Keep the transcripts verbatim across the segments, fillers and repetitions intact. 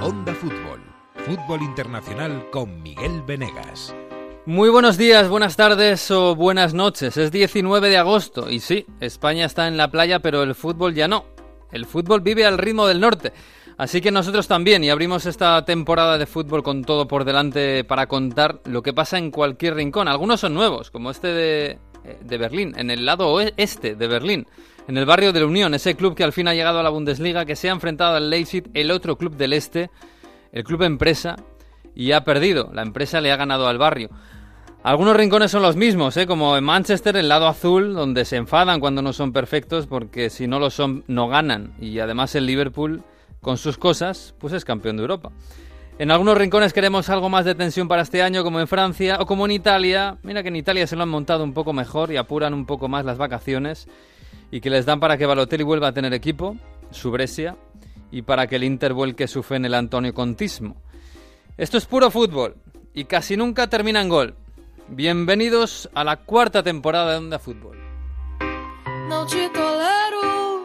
Onda Fútbol. Fútbol Internacional con Miguel Venegas. Muy buenos días, buenas tardes o buenas noches. Es diecinueve de agosto y sí, España está en la playa, pero el fútbol ya no. El fútbol vive al ritmo del norte. Así que nosotros también, y abrimos esta temporada de fútbol con todo por delante para contar lo que pasa en cualquier rincón. Algunos son nuevos, como este de, de Berlín, en el lado oeste de Berlín, en el barrio de la Unión, ese club que al fin ha llegado a la Bundesliga, que se ha enfrentado al Leipzig, el otro club del este, el club empresa, y ha perdido. La empresa le ha ganado al barrio. Algunos rincones son los mismos, ¿eh? Como en Manchester, el lado azul, donde se enfadan cuando no son perfectos, porque si no lo son, no ganan. Y además el Liverpool, con sus cosas, pues es campeón de Europa. En algunos rincones queremos algo más de tensión para este año, como en Francia o como en Italia. Mira que en Italia se lo han montado un poco mejor y apuran un poco más las vacaciones y que les dan para que Balotelli vuelva a tener equipo, su Brescia, y para que el Inter vuelque su fe en el Antonio Contismo. Esto es puro fútbol y casi nunca termina en gol. Bienvenidos a la cuarta temporada de Onda Fútbol. No te tolero.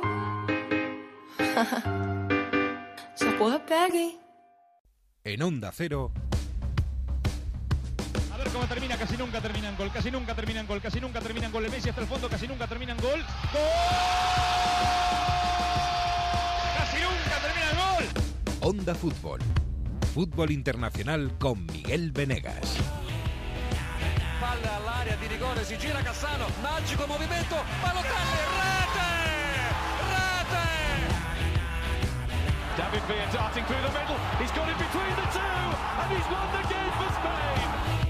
Esa porra pega, hein? En Onda Cero. A ver cómo termina, casi nunca termina en gol, casi nunca termina en gol, casi nunca termina en gol. El Messi hasta el fondo, casi nunca termina en gol. ¡Gol! ¡Casi nunca termina en gol! Onda Fútbol. Fútbol Internacional con Miguel Venegas. Palla all'area di rigore, si gira Cassano, magico movimento, Balotelli, rete! Rete! David Villa darting through the middle, he's got it between the two, and he's won the game for Spain!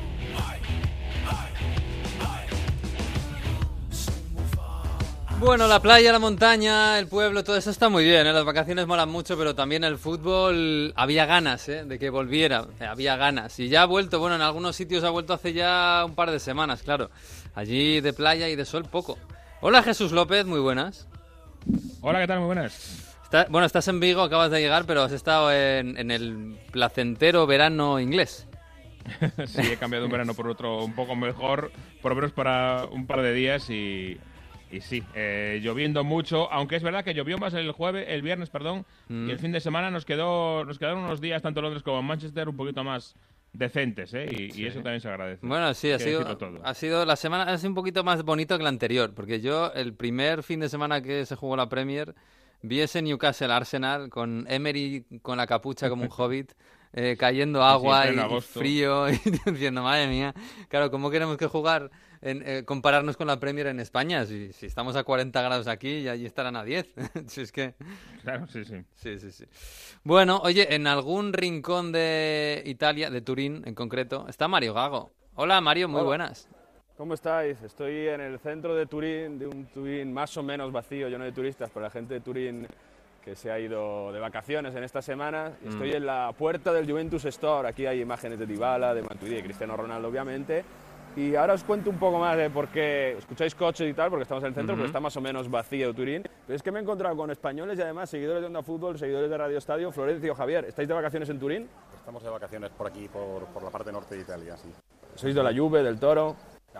Bueno, la playa, la montaña, el pueblo, todo eso está muy bien, ¿eh? Las vacaciones molan mucho, pero también el fútbol había ganas, ¿eh? De que volviera, había ganas. Y ya ha vuelto, bueno, en algunos sitios ha vuelto hace ya un par de semanas, claro. Allí de playa y de sol poco. Hola Jesús López, muy buenas. Hola, ¿qué tal? Muy buenas. Está, bueno, estás en Vigo, acabas de llegar, pero has estado en, en el placentero verano inglés. Sí, he cambiado un verano por otro un poco mejor, por lo menos para un par de días y... Y sí, eh, lloviendo mucho, aunque es verdad que llovió más el jueves, el viernes, perdón, mm. y el fin de semana nos quedó, nos quedaron unos días, tanto en Londres como en Manchester, un poquito más decentes, ¿eh? Y, sí. y eso también se agradece. Bueno, sí, ha sido, ha sido la semana, es un poquito más bonito que la anterior, porque yo el primer fin de semana que se jugó la Premier vi ese Newcastle Arsenal con Emery con la capucha como un hobbit. Eh, cayendo agua sí, y frío y diciendo, madre mía, claro, ¿cómo queremos que jugar, en, eh, compararnos con la Premier en España? Si, si estamos a cuarenta grados aquí y allí estarán a diez. Si es que... Claro, sí, sí. Sí, sí, sí. Bueno, oye, en algún rincón de Italia, de Turín en concreto, está Mario Gago. Hola Mario, muy Hola. buenas. ¿Cómo estáis? Estoy en el centro de Turín, de un Turín más o menos vacío, lleno de turistas, pero la gente de Turín que se ha ido de vacaciones en estas semanas. Mm. Estoy en la puerta del Juventus Store, aquí hay imágenes de Dybala, de Matuidi, de Cristiano Ronaldo obviamente, y ahora os cuento un poco más de por qué escucháis coches y tal, porque estamos en el centro, mm-hmm. porque está más o menos vacío Turín, pero es que me he encontrado con españoles y además seguidores de Onda Fútbol, seguidores de Radio Estadio. Florencio, Javier, ¿estáis de vacaciones en Turín? Estamos de vacaciones por aquí, por, por la parte norte de Italia, sí. ¿Sois de la Juve, del Toro?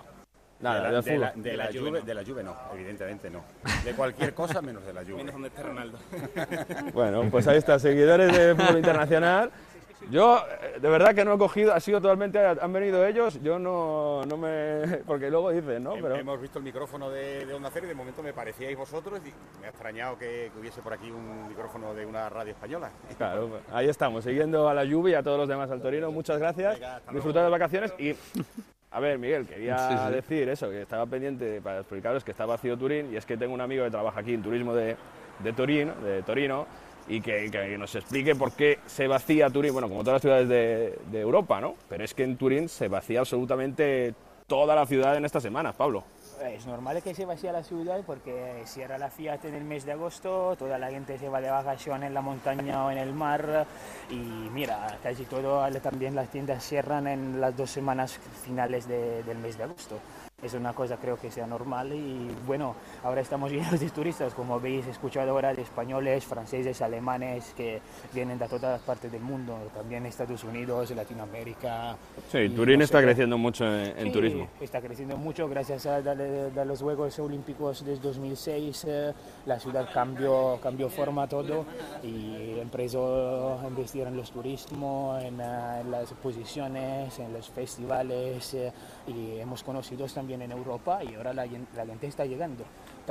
Nada, de la, de, la, de, de, la, la Juve, no. de la Juve no, evidentemente no. De cualquier cosa menos de la Juve. Menos donde está Ronaldo. Bueno, pues ahí está, seguidores de fútbol internacional. Yo, de verdad que no he cogido, ha sido totalmente, han venido ellos, yo no, no me... Porque luego dicen, ¿no? Pero... Hemos visto el micrófono de, de Onda Cero y de momento me parecíais vosotros y me ha extrañado que, que hubiese por aquí un micrófono de una radio española. Claro, ahí estamos, siguiendo a la Juve y a todos los demás al Torino. Muchas gracias, disfrutad de vacaciones y... A ver, Miguel, quería sí, sí. decir eso, que estaba pendiente para explicaros que está vacío Turín y es que tengo un amigo que trabaja aquí en turismo de, de, Turín, de Torino y que, que nos explique por qué se vacía Turín, bueno, como todas las ciudades de, de Europa, ¿no? Pero es que en Turín se vacía absolutamente toda la ciudad en estas semanas, Pablo. Es normal que se vacíe la ciudad porque cierra la Fiat en el mes de agosto, toda la gente se va de vacaciones en la montaña o en el mar y mira, casi todo, también las tiendas cierran en las dos semanas finales de, del mes de agosto. es una cosa creo que sea normal y bueno, ahora estamos llenos de turistas, como habéis escuchado ahora, de españoles, franceses, alemanes que vienen de todas partes del mundo, también Estados Unidos, Latinoamérica. Sí, Turín no está sé, creciendo mucho en, en sí, turismo. Está creciendo mucho gracias a, a, a los Juegos Olímpicos de dos mil seis, eh, la ciudad cambió, cambió forma todo y empezó a investir en los turismos, en, uh, en las exposiciones, en los festivales eh, y hemos conocido también en Europa y ahora la, la gente está llegando.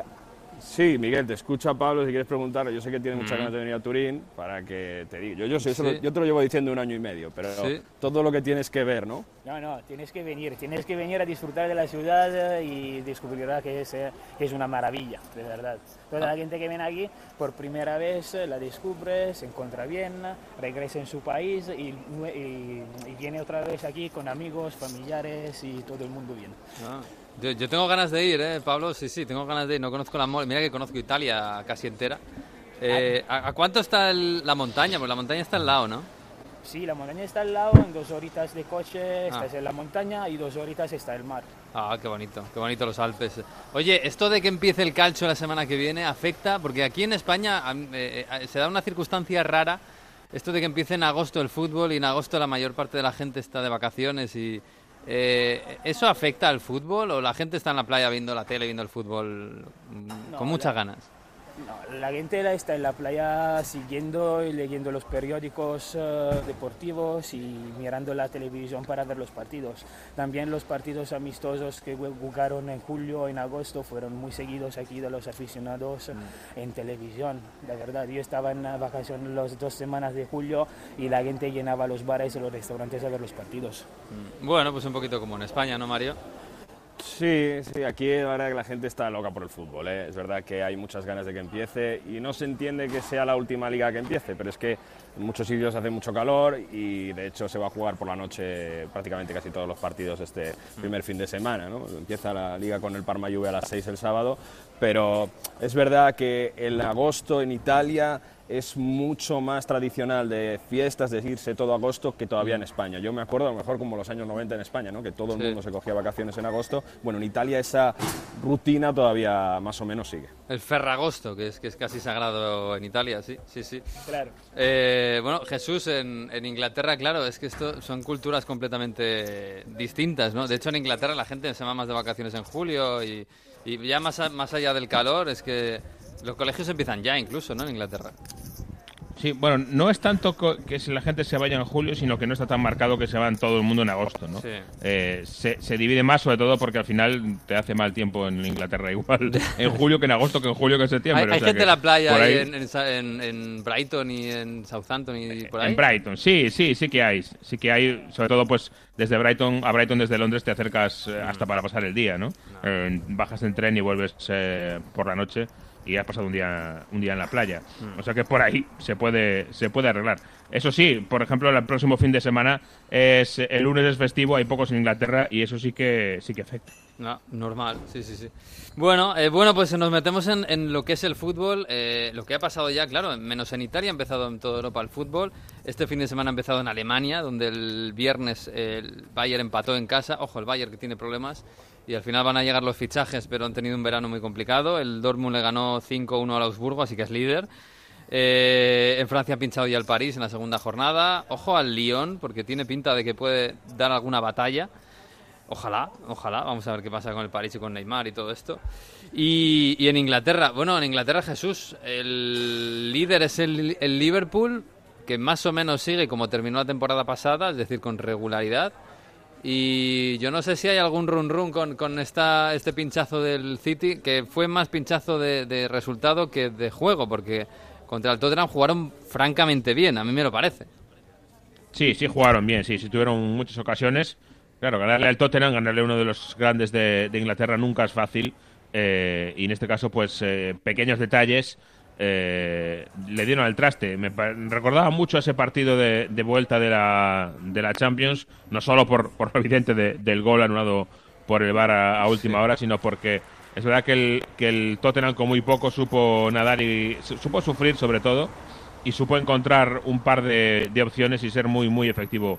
Sí, Miguel, te escucha Pablo si quieres preguntar. Yo sé que tienes muchas Mm. ganas de venir a Turín para que te diga. Yo, yo, sé, eso Sí. lo- yo te lo llevo diciendo un año y medio, pero Sí. todo lo que tienes que ver, ¿no? No, no, tienes que venir, tienes que venir a disfrutar de la ciudad eh, y descubrirás que es, eh, que es una maravilla, de verdad. Toda la gente que viene aquí por primera vez eh, la descubre, se encuentra bien, regresa en su país y, nue- y, y viene otra vez aquí con amigos, familiares y todo el mundo bien. Ah. Yo, yo tengo ganas de ir, ¿eh, Pablo? Sí, sí, tengo ganas de ir. No conozco la mole. Mira que conozco Italia casi entera. Eh, ¿a, a cuánto está el- la montaña? Pues la montaña está al lado, ¿no? Sí, la montaña está al lado, en dos horitas de coche estás Ah. en la montaña y dos horitas está el mar. Ah, qué bonito, qué bonito los Alpes. Oye, esto de que empiece el calcio la semana que viene afecta, porque aquí en España am- eh, eh, se da una circunstancia rara, esto de que empiece en agosto el fútbol y en agosto la mayor parte de la gente está de vacaciones y... eh, ¿eso afecta al fútbol o la gente está en la playa viendo la tele, viendo el fútbol mm, No, con muchas la- ganas? No, la gente la está en la playa siguiendo y leyendo los periódicos eh, deportivos y mirando la televisión para ver los partidos. También los partidos amistosos que jue- jugaron en julio, en agosto, fueron muy seguidos aquí de los aficionados eh, en televisión. La verdad, yo estaba en vacaciones las dos semanas de julio y la gente llenaba los bares y los restaurantes a ver los partidos. Bueno, pues un poquito como en España, ¿no, Mario? Sí, sí, aquí la verdad que la gente está loca por el fútbol, ¿eh? Es verdad que hay muchas ganas de que empiece y no se entiende que sea la última liga que empiece, pero es que en muchos sitios hace mucho calor y de hecho se va a jugar por la noche prácticamente casi todos los partidos este primer fin de semana, ¿no? Empieza la liga con el Parma Juve a las seis el sábado, pero es verdad que el agosto en Italia es mucho más tradicional de fiestas, de irse todo agosto que todavía en España. Yo me acuerdo a lo mejor como los años noventa en España, ¿no? Que todo el Sí. mundo se cogía vacaciones en agosto. Bueno, en Italia esa rutina todavía más o menos sigue. El Ferragosto, que es, que es casi sagrado en Italia, sí, sí, sí. Claro. Eh, bueno, Jesús, en, en Inglaterra, claro, es que esto son culturas completamente distintas, ¿no? De hecho, en Inglaterra la gente se va más de vacaciones en julio y, y ya más, a- más allá del calor, es que los colegios empiezan ya incluso, ¿no? En Inglaterra. Sí, bueno, no es tanto co- que si la gente se vaya en julio, sino que no está tan marcado que se van todo el mundo en agosto, ¿no? Sí. Eh, se, se divide más, sobre todo porque al final te hace mal tiempo en Inglaterra igual en julio que en agosto, que en julio que en septiembre. Hay, o hay sea gente que en la playa por ahí ahí- en, en Sa- en- en Brighton y en Southampton y por ahí. En Brighton, sí, sí, sí que hay. Sí que hay, sobre todo pues desde Brighton a Brighton desde Londres te acercas eh, hasta para pasar el día, ¿no? Eh, bajas en tren y vuelves eh, por la noche y has pasado un día un día en la playa. O sea que por ahí se puede se puede arreglar. Eso sí, por ejemplo, el próximo fin de semana es el lunes es festivo, hay pocos en Inglaterra y eso sí que sí que afecta. No, normal, sí, sí, sí. Bueno, eh, bueno, pues nos metemos en, en lo que es el fútbol. Eh, lo que ha pasado ya, claro, menos en Italia, ha empezado en toda Europa el fútbol. Este fin de semana ha empezado en Alemania, donde el viernes el Bayern empató en casa. Ojo, el Bayern que tiene problemas. Y al final van a llegar los fichajes, pero han tenido un verano muy complicado. El Dortmund le ganó cinco uno al Augsburgo, así que es líder. Eh, en Francia ha pinchado ya el París en la segunda jornada. Ojo al Lyon, porque tiene pinta de que puede dar alguna batalla. Ojalá, ojalá. Vamos a ver qué pasa con el París y con Neymar y todo esto. Y, y en Inglaterra, bueno, en Inglaterra, Jesús, el líder es el, el Liverpool, que más o menos sigue como terminó la temporada pasada, es decir, con regularidad. Y yo no sé si hay algún run run con, con esta, este pinchazo del City, que fue más pinchazo de, de resultado que de juego, porque contra el Tottenham jugaron francamente bien, a mí me lo parece. Sí, sí jugaron bien, sí, sí tuvieron muchas ocasiones. Claro, ganarle al Tottenham, ganarle a uno de los grandes de, de Inglaterra nunca es fácil. Eh, y en este caso, pues, eh, pequeños detalles eh, le dieron al traste. Me pa- recordaba mucho ese partido de, de vuelta de la, de la Champions, no solo por, por lo evidente de- del gol anulado por el V A R a, a última Sí. hora, sino porque es verdad que el, que el Tottenham con muy poco supo nadar y su- supo sufrir sobre todo y supo encontrar un par de, de opciones y ser muy, muy efectivo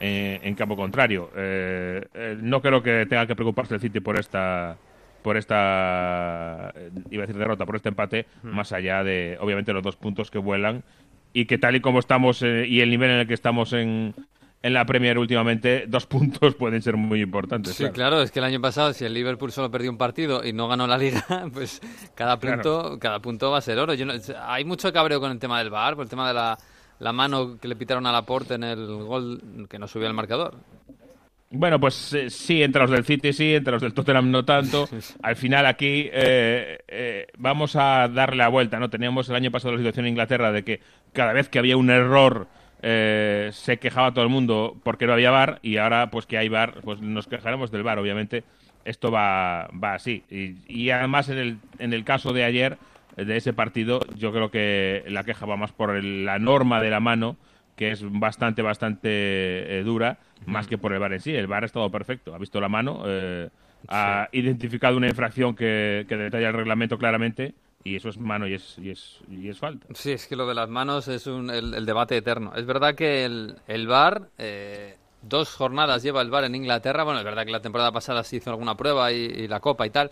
en, en campo contrario. Eh, eh, no creo que tenga que preocuparse el City por esta por esta iba a decir derrota, por este empate, mm. más allá de obviamente los dos puntos que vuelan y que tal y como estamos eh, y el nivel en el que estamos en En la Premier últimamente, dos puntos pueden ser muy importantes. Sí, claro. claro, es que el año pasado, si el Liverpool solo perdió un partido y no ganó la Liga, pues cada punto, claro. cada punto va a ser oro. Yo no, hay mucho cabreo con el tema del V A R, por el tema de la, la mano que le pitaron a Laporte en el gol que no subió al marcador. Bueno, pues eh, sí, entre los del City sí, entre los del Tottenham no tanto. Al final aquí eh, eh, vamos a darle la vuelta, ¿no? Teníamos el año pasado la situación en Inglaterra de que cada vez que había un error Eh, se quejaba todo el mundo porque no había V A R, y ahora pues que hay V A R, pues nos quejaremos del V A R, obviamente. Esto va, va así. Y, y además en el, en el caso de ayer, de ese partido, yo creo que la queja va más por el, la norma de la mano, que es bastante, bastante eh, dura, más que por el V A R en sí. El V A R ha estado perfecto, ha visto la mano, eh, sí. ha identificado una infracción que, que detalla el reglamento claramente, y eso es mano y es, y es, y es falta. Sí, es que lo de las manos es un, el, el debate eterno. Es verdad que el, el V A R, eh, dos jornadas lleva el V A R en Inglaterra. Bueno, es verdad que la temporada pasada se hizo alguna prueba y, y la Copa y tal.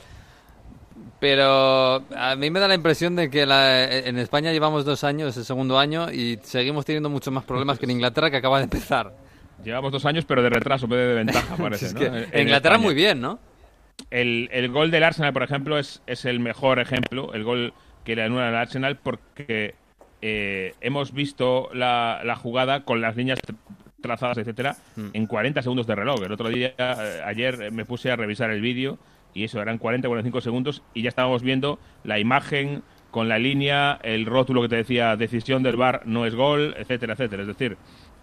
Pero a mí me da la impresión de que la, en España llevamos dos años, el segundo año, y seguimos teniendo muchos más problemas que en Inglaterra, que acaba de empezar. Llevamos dos años, pero de retraso, pero de ventaja, parece, es ¿no? que En, en Inglaterra España. Muy bien, ¿no? El, el gol del Arsenal, por ejemplo, es, es el mejor ejemplo, el gol que le anula al Arsenal, porque eh, hemos visto la, la jugada con las líneas trazadas, etcétera, mm. en cuarenta segundos de reloj. El otro día, eh, ayer, me puse a revisar el vídeo y eso, eran cuarenta, cuarenta y cinco segundos y ya estábamos viendo la imagen con la línea, el rótulo que te decía decisión del V A R, no es gol, etcétera, etcétera. Es decir,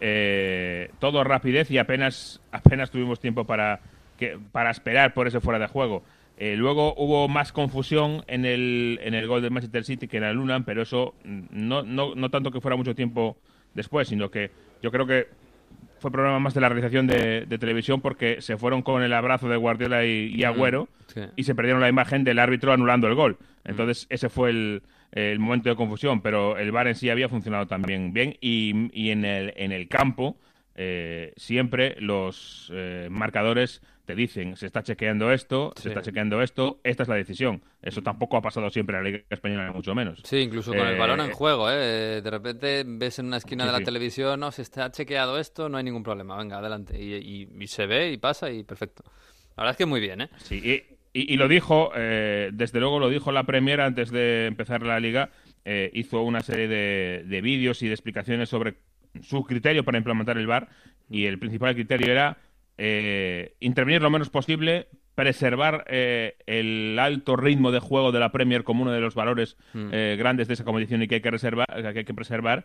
eh, todo rapidez y apenas, apenas tuvimos tiempo para, que, para esperar por ese fuera de juego. Eh, luego hubo más confusión en el, en el gol del Manchester City que en el Lunan, pero eso no, no, no tanto que fuera mucho tiempo después, sino que yo creo que fue problema más de la realización de, de televisión, porque se fueron con el abrazo de Guardiola y, y Agüero, sí. y se perdieron la imagen del árbitro anulando el gol. Entonces ese fue el, el momento de confusión, pero el V A R en sí había funcionado también bien, y, y en, el, en el campo eh, siempre los eh, marcadores te dicen, se está chequeando esto, sí. se está chequeando esto, esta es la decisión. Eso tampoco ha pasado siempre en la Liga Española, mucho menos. Sí, incluso con eh, el balón en juego, ¿eh? De repente ves en una esquina sí, de la sí. televisión, no, se está chequeado esto, no hay ningún problema, venga, adelante. Y, y, y se ve y pasa y perfecto. La verdad es que muy bien, ¿eh? Sí, y, y, y lo dijo, eh, desde luego lo dijo la Premier antes de empezar la Liga, eh, hizo una serie de, de vídeos y de explicaciones sobre su criterio para implementar el V A R, y el principal criterio era Eh, intervenir lo menos posible, preservar eh, el alto ritmo de juego de la Premier como uno de los valores mm. eh, grandes de esa competición y que hay que, reservar, que hay que preservar,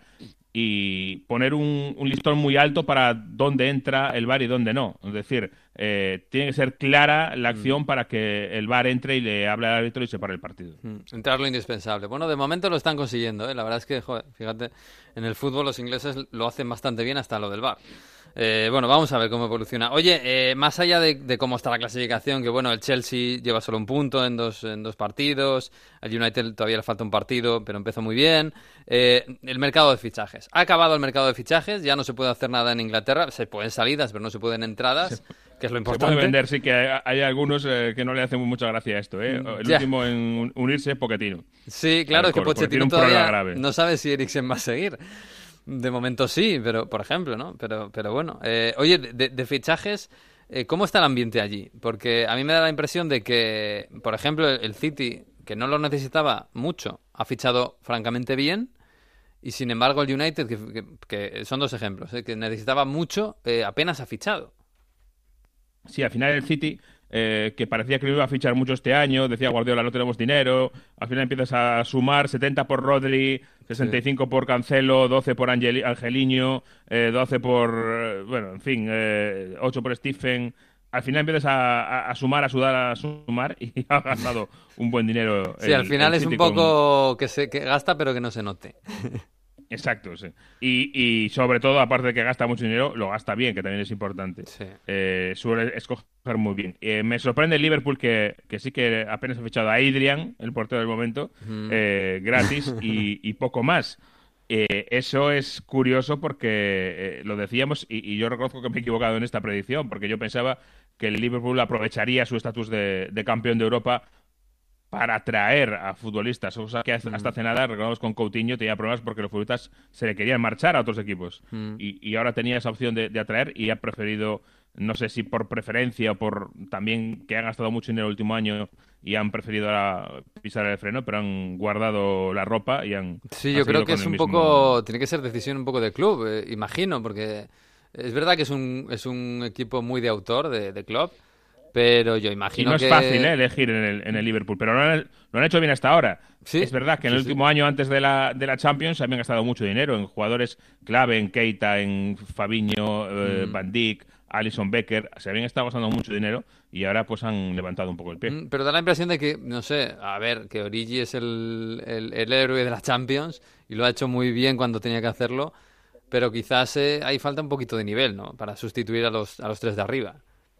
y poner un, un listón muy alto para dónde entra el V A R y dónde no. Es decir, eh, tiene que ser clara la acción mm. para que el V A R entre y le hable al árbitro y se pare el partido. Mm. Entrar lo indispensable. Bueno, de momento lo están consiguiendo, ¿eh? La verdad es que, joder, fíjate, en el fútbol los ingleses lo hacen bastante bien, hasta lo del V A R. Eh, bueno, vamos a ver cómo evoluciona. Oye, eh, más allá de, de cómo está la clasificación, que bueno, el Chelsea lleva solo un punto en dos, en dos partidos, al United todavía le falta un partido, pero empezó muy bien. Eh, el mercado de fichajes. Ha acabado el mercado de fichajes, ya no se puede hacer nada en Inglaterra, se pueden salidas, pero no se pueden entradas, sí. que es lo importante. Se puede vender, sí, que hay, hay algunos eh, que no le hacen mucha gracia a esto, ¿eh? El ya. último en unirse es Pochettino. Sí, claro, es que Pochettino todavía no sabe si Eriksen va a seguir. De momento sí, pero por ejemplo, ¿no? Pero, pero bueno. Eh, oye, de, de fichajes, eh, ¿cómo está el ambiente allí? Porque a mí me da la impresión de que, por ejemplo, el City, que no lo necesitaba mucho, ha fichado francamente bien, y sin embargo el United, que, que, que son dos ejemplos, ¿eh? que necesitaba mucho, eh, apenas ha fichado. Sí, al final el City, eh, que parecía que no iba a fichar mucho este año, decía Guardiola, no tenemos dinero, al final empiezas a sumar setenta por Rodri, sesenta y cinco sí. por Cancelo, doce por Angel- Angelino, eh, doce por, eh, bueno, en fin, eh, ocho por Stephen. Al final empiezas a, a, a sumar, a sudar, a sumar, y ha gastado un buen dinero. Sí, el, al final es un poco con... que se que gasta pero que no se note. Exacto, sí. Y, y sobre todo, aparte de que gasta mucho dinero, lo gasta bien, que también es importante. Sí. Eh, suele escoger muy bien. Eh, me sorprende el Liverpool, que, que sí que apenas ha fichado a Adrian, el portero del momento, mm. eh, gratis, y, y poco más. Eh, eso es curioso porque eh, lo decíamos y, y yo reconozco que me he equivocado en esta predicción, porque yo pensaba que el Liverpool aprovecharía su estatus de, de campeón de Europa para atraer a futbolistas. O sea, que hasta mm. hace nada, recordamos con Coutinho, tenía problemas porque los futbolistas se le querían marchar a otros equipos. Mm. Y, y ahora tenía esa opción de, de atraer y ha preferido, no sé si por preferencia o por también que han gastado mucho dinero el último año y han preferido ahora pisar el freno, pero han guardado la ropa y han... Sí, han yo creo que es un mismo... poco... Tiene que ser decisión un poco del club, eh, imagino, porque es verdad que es un, es un equipo muy de autor, de, de club, pero yo imagino que... Y no que... es fácil ¿eh? elegir en el, en el Liverpool, pero lo han, lo han hecho bien hasta ahora. ¿Sí? Es verdad que en sí, el sí. último año antes de la, de la Champions habían gastado mucho dinero en jugadores clave, en Keita, en Fabinho, eh, mm. Van Dijk, Alisson Becker. Se habían estado gastando mucho dinero y ahora pues han levantado un poco el pie. Mm, pero da la impresión de que, no sé, a ver, que Origi es el, el, el héroe de la Champions y lo ha hecho muy bien cuando tenía que hacerlo, pero quizás eh, ahí falta un poquito de nivel, ¿no? Para sustituir a los, a los tres de arriba.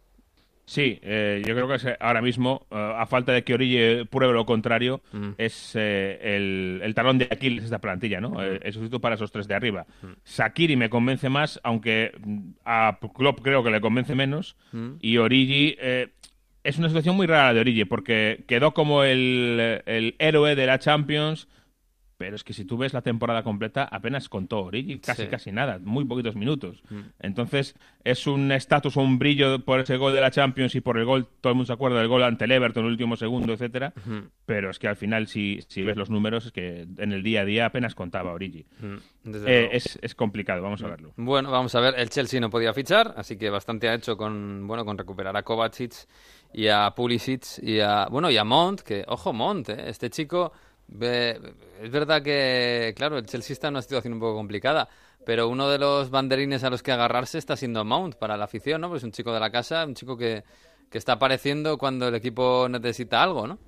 Sí, eh, yo creo que es, ahora mismo, uh, a falta de que Origi pruebe lo contrario, mm. es eh, el, el talón de Aquiles de esta plantilla, ¿no? Mm. Eh, el sustituto para esos tres de arriba. Mm. Shaqiri me convence más, aunque a Klopp creo que le convence menos, mm. y Origi... Eh, es una situación muy rara de Origi, porque quedó como el, el héroe de la Champions... Pero es que si tú ves la temporada completa, apenas contó Origi, casi, sí. casi nada, muy poquitos minutos. Mm. Entonces, es un estatus o un brillo por ese gol de la Champions y por el gol, todo el mundo se acuerda del gol ante el Everton en el último segundo, etcétera. Mm. Pero es que al final, si, si ves los números, es que en el día a día apenas contaba Origi. Mm. Eh, es, es complicado, vamos a verlo. Bueno, vamos a ver, el Chelsea no podía fichar, así que bastante ha hecho con, bueno, con recuperar a Kovacic y a Pulisic y a, bueno, y a Mount, que, ojo, Mount, ¿eh? Este chico... Es verdad que, claro, el Chelsea está en una situación un poco complicada, pero uno de los banderines a los que agarrarse está siendo Mount para la afición, ¿no? Pues un chico de la casa, un chico que, que está apareciendo cuando el equipo necesita algo, ¿no?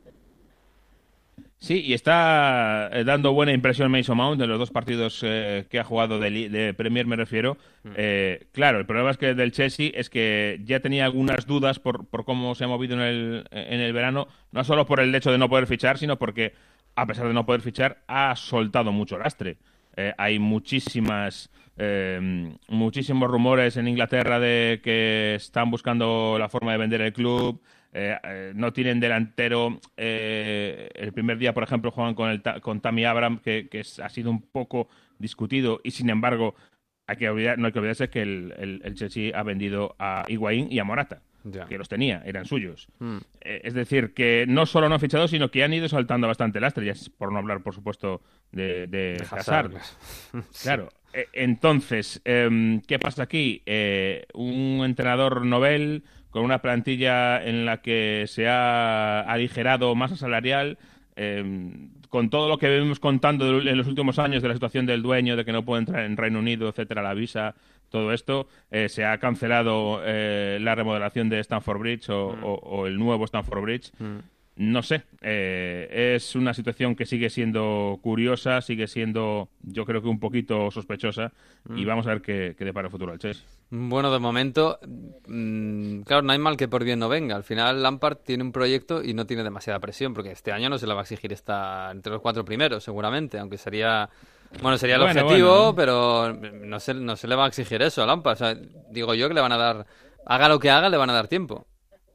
Sí, y está dando buena impresión Mason Mount en los dos partidos eh, que ha jugado de, de Premier, me refiero. Mm. Eh, claro, el problema es que del Chelsea es que ya tenía algunas dudas por, por cómo se ha movido en el, en el verano, no solo por el hecho de no poder fichar, sino porque, a pesar de no poder fichar, ha soltado mucho lastre. Eh, hay muchísimas... Eh, muchísimos rumores en Inglaterra de que están buscando la forma de vender el club. Eh, eh, no tienen delantero. Eh, el primer día, por ejemplo, juegan con, el, con Tammy Abraham, que, que es, ha sido un poco discutido, y sin embargo hay que olvidar, no hay que olvidarse que el, el, el Chelsea ha vendido a Higuaín y a Morata, ya. que los tenía, eran suyos. Mm. Eh, es decir, que no solo no han fichado, sino que han ido saltando bastante lastre, ya por no hablar, por supuesto, de, de, de Hazard. Claro. Sí. Eh, entonces, eh, ¿qué pasa aquí? Eh, un entrenador novel con una plantilla en la que se ha aligerado masa salarial, eh, con todo lo que venimos contando en los últimos años de la situación del dueño, de que no puede entrar en Reino Unido, etcétera, la visa, todo esto, eh, se ha cancelado eh, la remodelación de Stamford Bridge o, mm. o, o el nuevo Stamford Bridge. Mm. No sé, eh, es una situación que sigue siendo curiosa, sigue siendo, yo creo que un poquito sospechosa, mm. y vamos a ver qué, qué depara el futuro al Chelsea. Bueno, de momento, mmm, claro, no hay mal que por bien no venga. Al final Lampard tiene un proyecto y no tiene demasiada presión, porque este año no se le va a exigir estar entre los cuatro primeros, seguramente, aunque sería... Bueno, sería el bueno, objetivo, bueno. pero no se, no se le va a exigir eso a Lampard. O sea, digo yo que le van a dar... Haga lo que haga, le van a dar tiempo.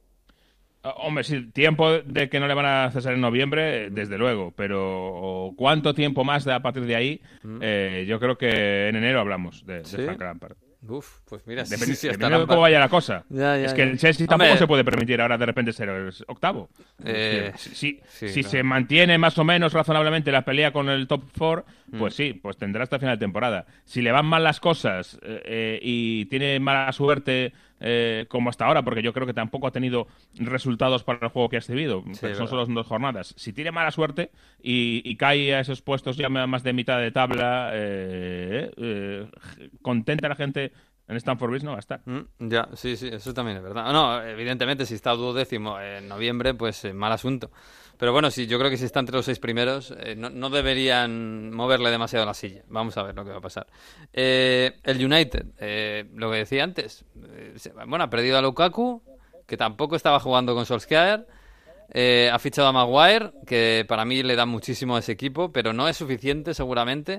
Hombre, sí, tiempo de que no le van a cesar en noviembre, desde luego, pero ¿cuánto tiempo más de, a partir de ahí? Mm. Eh, yo creo que en enero hablamos de, ¿Sí? de Frank Lampard. Uf, pues mira, Dep- sí, sí, dependiendo de cómo vaya la cosa. Ya, ya, es que ya. el Chelsea tampoco Hombre, se puede permitir ahora de repente ser el octavo. Eh, si si, sí, si claro. se mantiene más o menos razonablemente la pelea con el top four, pues mm. sí, pues tendrá hasta final de temporada. Si le van mal las cosas eh, eh, y tiene mala suerte eh, como hasta ahora, porque yo creo que tampoco ha tenido resultados para el juego que ha exhibido, sí, pero son solo dos jornadas. Si tiene mala suerte y, y cae a esos puestos ya más de mitad de tabla, eh, eh, contenta la gente... En Stamford Bridge no va a estar. Mm, ya, sí, sí, eso también es verdad. No, evidentemente, si está duodécimo en noviembre, pues eh, mal asunto. Pero bueno, sí, yo creo que si está entre los seis primeros, eh, no, no deberían moverle demasiado la silla. Vamos a ver lo que va a pasar. Eh, el United, eh, lo que decía antes, eh, bueno, ha perdido a Lukaku, que tampoco estaba jugando con Solskjaer. Eh, ha fichado a Maguire, que para mí le da muchísimo a ese equipo, pero no es suficiente seguramente.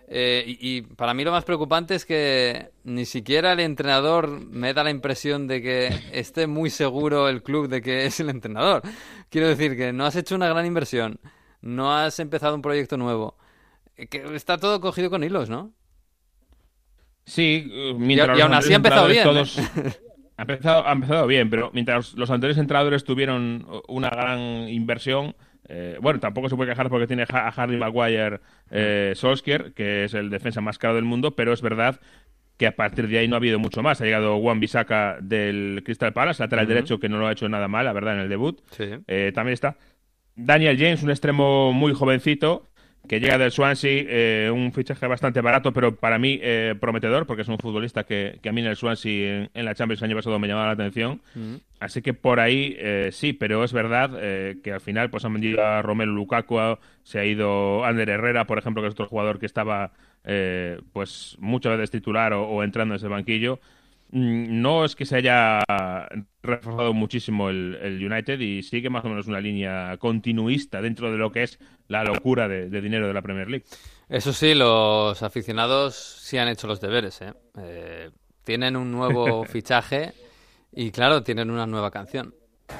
Eh, y, y para mí lo más preocupante es que ni siquiera el entrenador me da la impresión de que esté muy seguro el club de que es el entrenador. Quiero decir que no has hecho una gran inversión, no has empezado un proyecto nuevo, que está todo cogido con hilos, ¿no? Sí, mientras y, y aún así ha empezado bien. Todos... ha, empezado, ha empezado bien, pero mientras los anteriores entrenadores tuvieron una gran inversión... Eh, bueno, tampoco se puede quejar porque tiene a Harry Maguire eh, Solskjaer, que es el defensa más caro del mundo, pero es verdad que a partir de ahí no ha habido mucho más. Ha llegado Wan-Bissaka del Crystal Palace, lateral uh-huh. derecho, que no lo ha hecho nada mal, la verdad, en el debut. Sí. Eh, también está Daniel James, un extremo muy jovencito, que llega del Swansea, eh, un fichaje bastante barato, pero para mí eh, prometedor, porque es un futbolista que, que a mí en el Swansea, en, en la Champions el año pasado, me llamaba la atención. Uh-huh. Así que por ahí eh, sí, pero es verdad eh, que al final pues han vendido a Romelu Lukaku, se ha ido Ander Herrera, por ejemplo, que es otro jugador que estaba eh, pues muchas veces titular o, o entrando en ese banquillo. No es que se haya reforzado muchísimo el, el United y sigue más o menos una línea continuista dentro de lo que es la locura de, de dinero de la Premier League. Eso sí, los aficionados sí han hecho los deberes, ¿eh? Eh, tienen un nuevo fichaje y claro, tienen una nueva canción.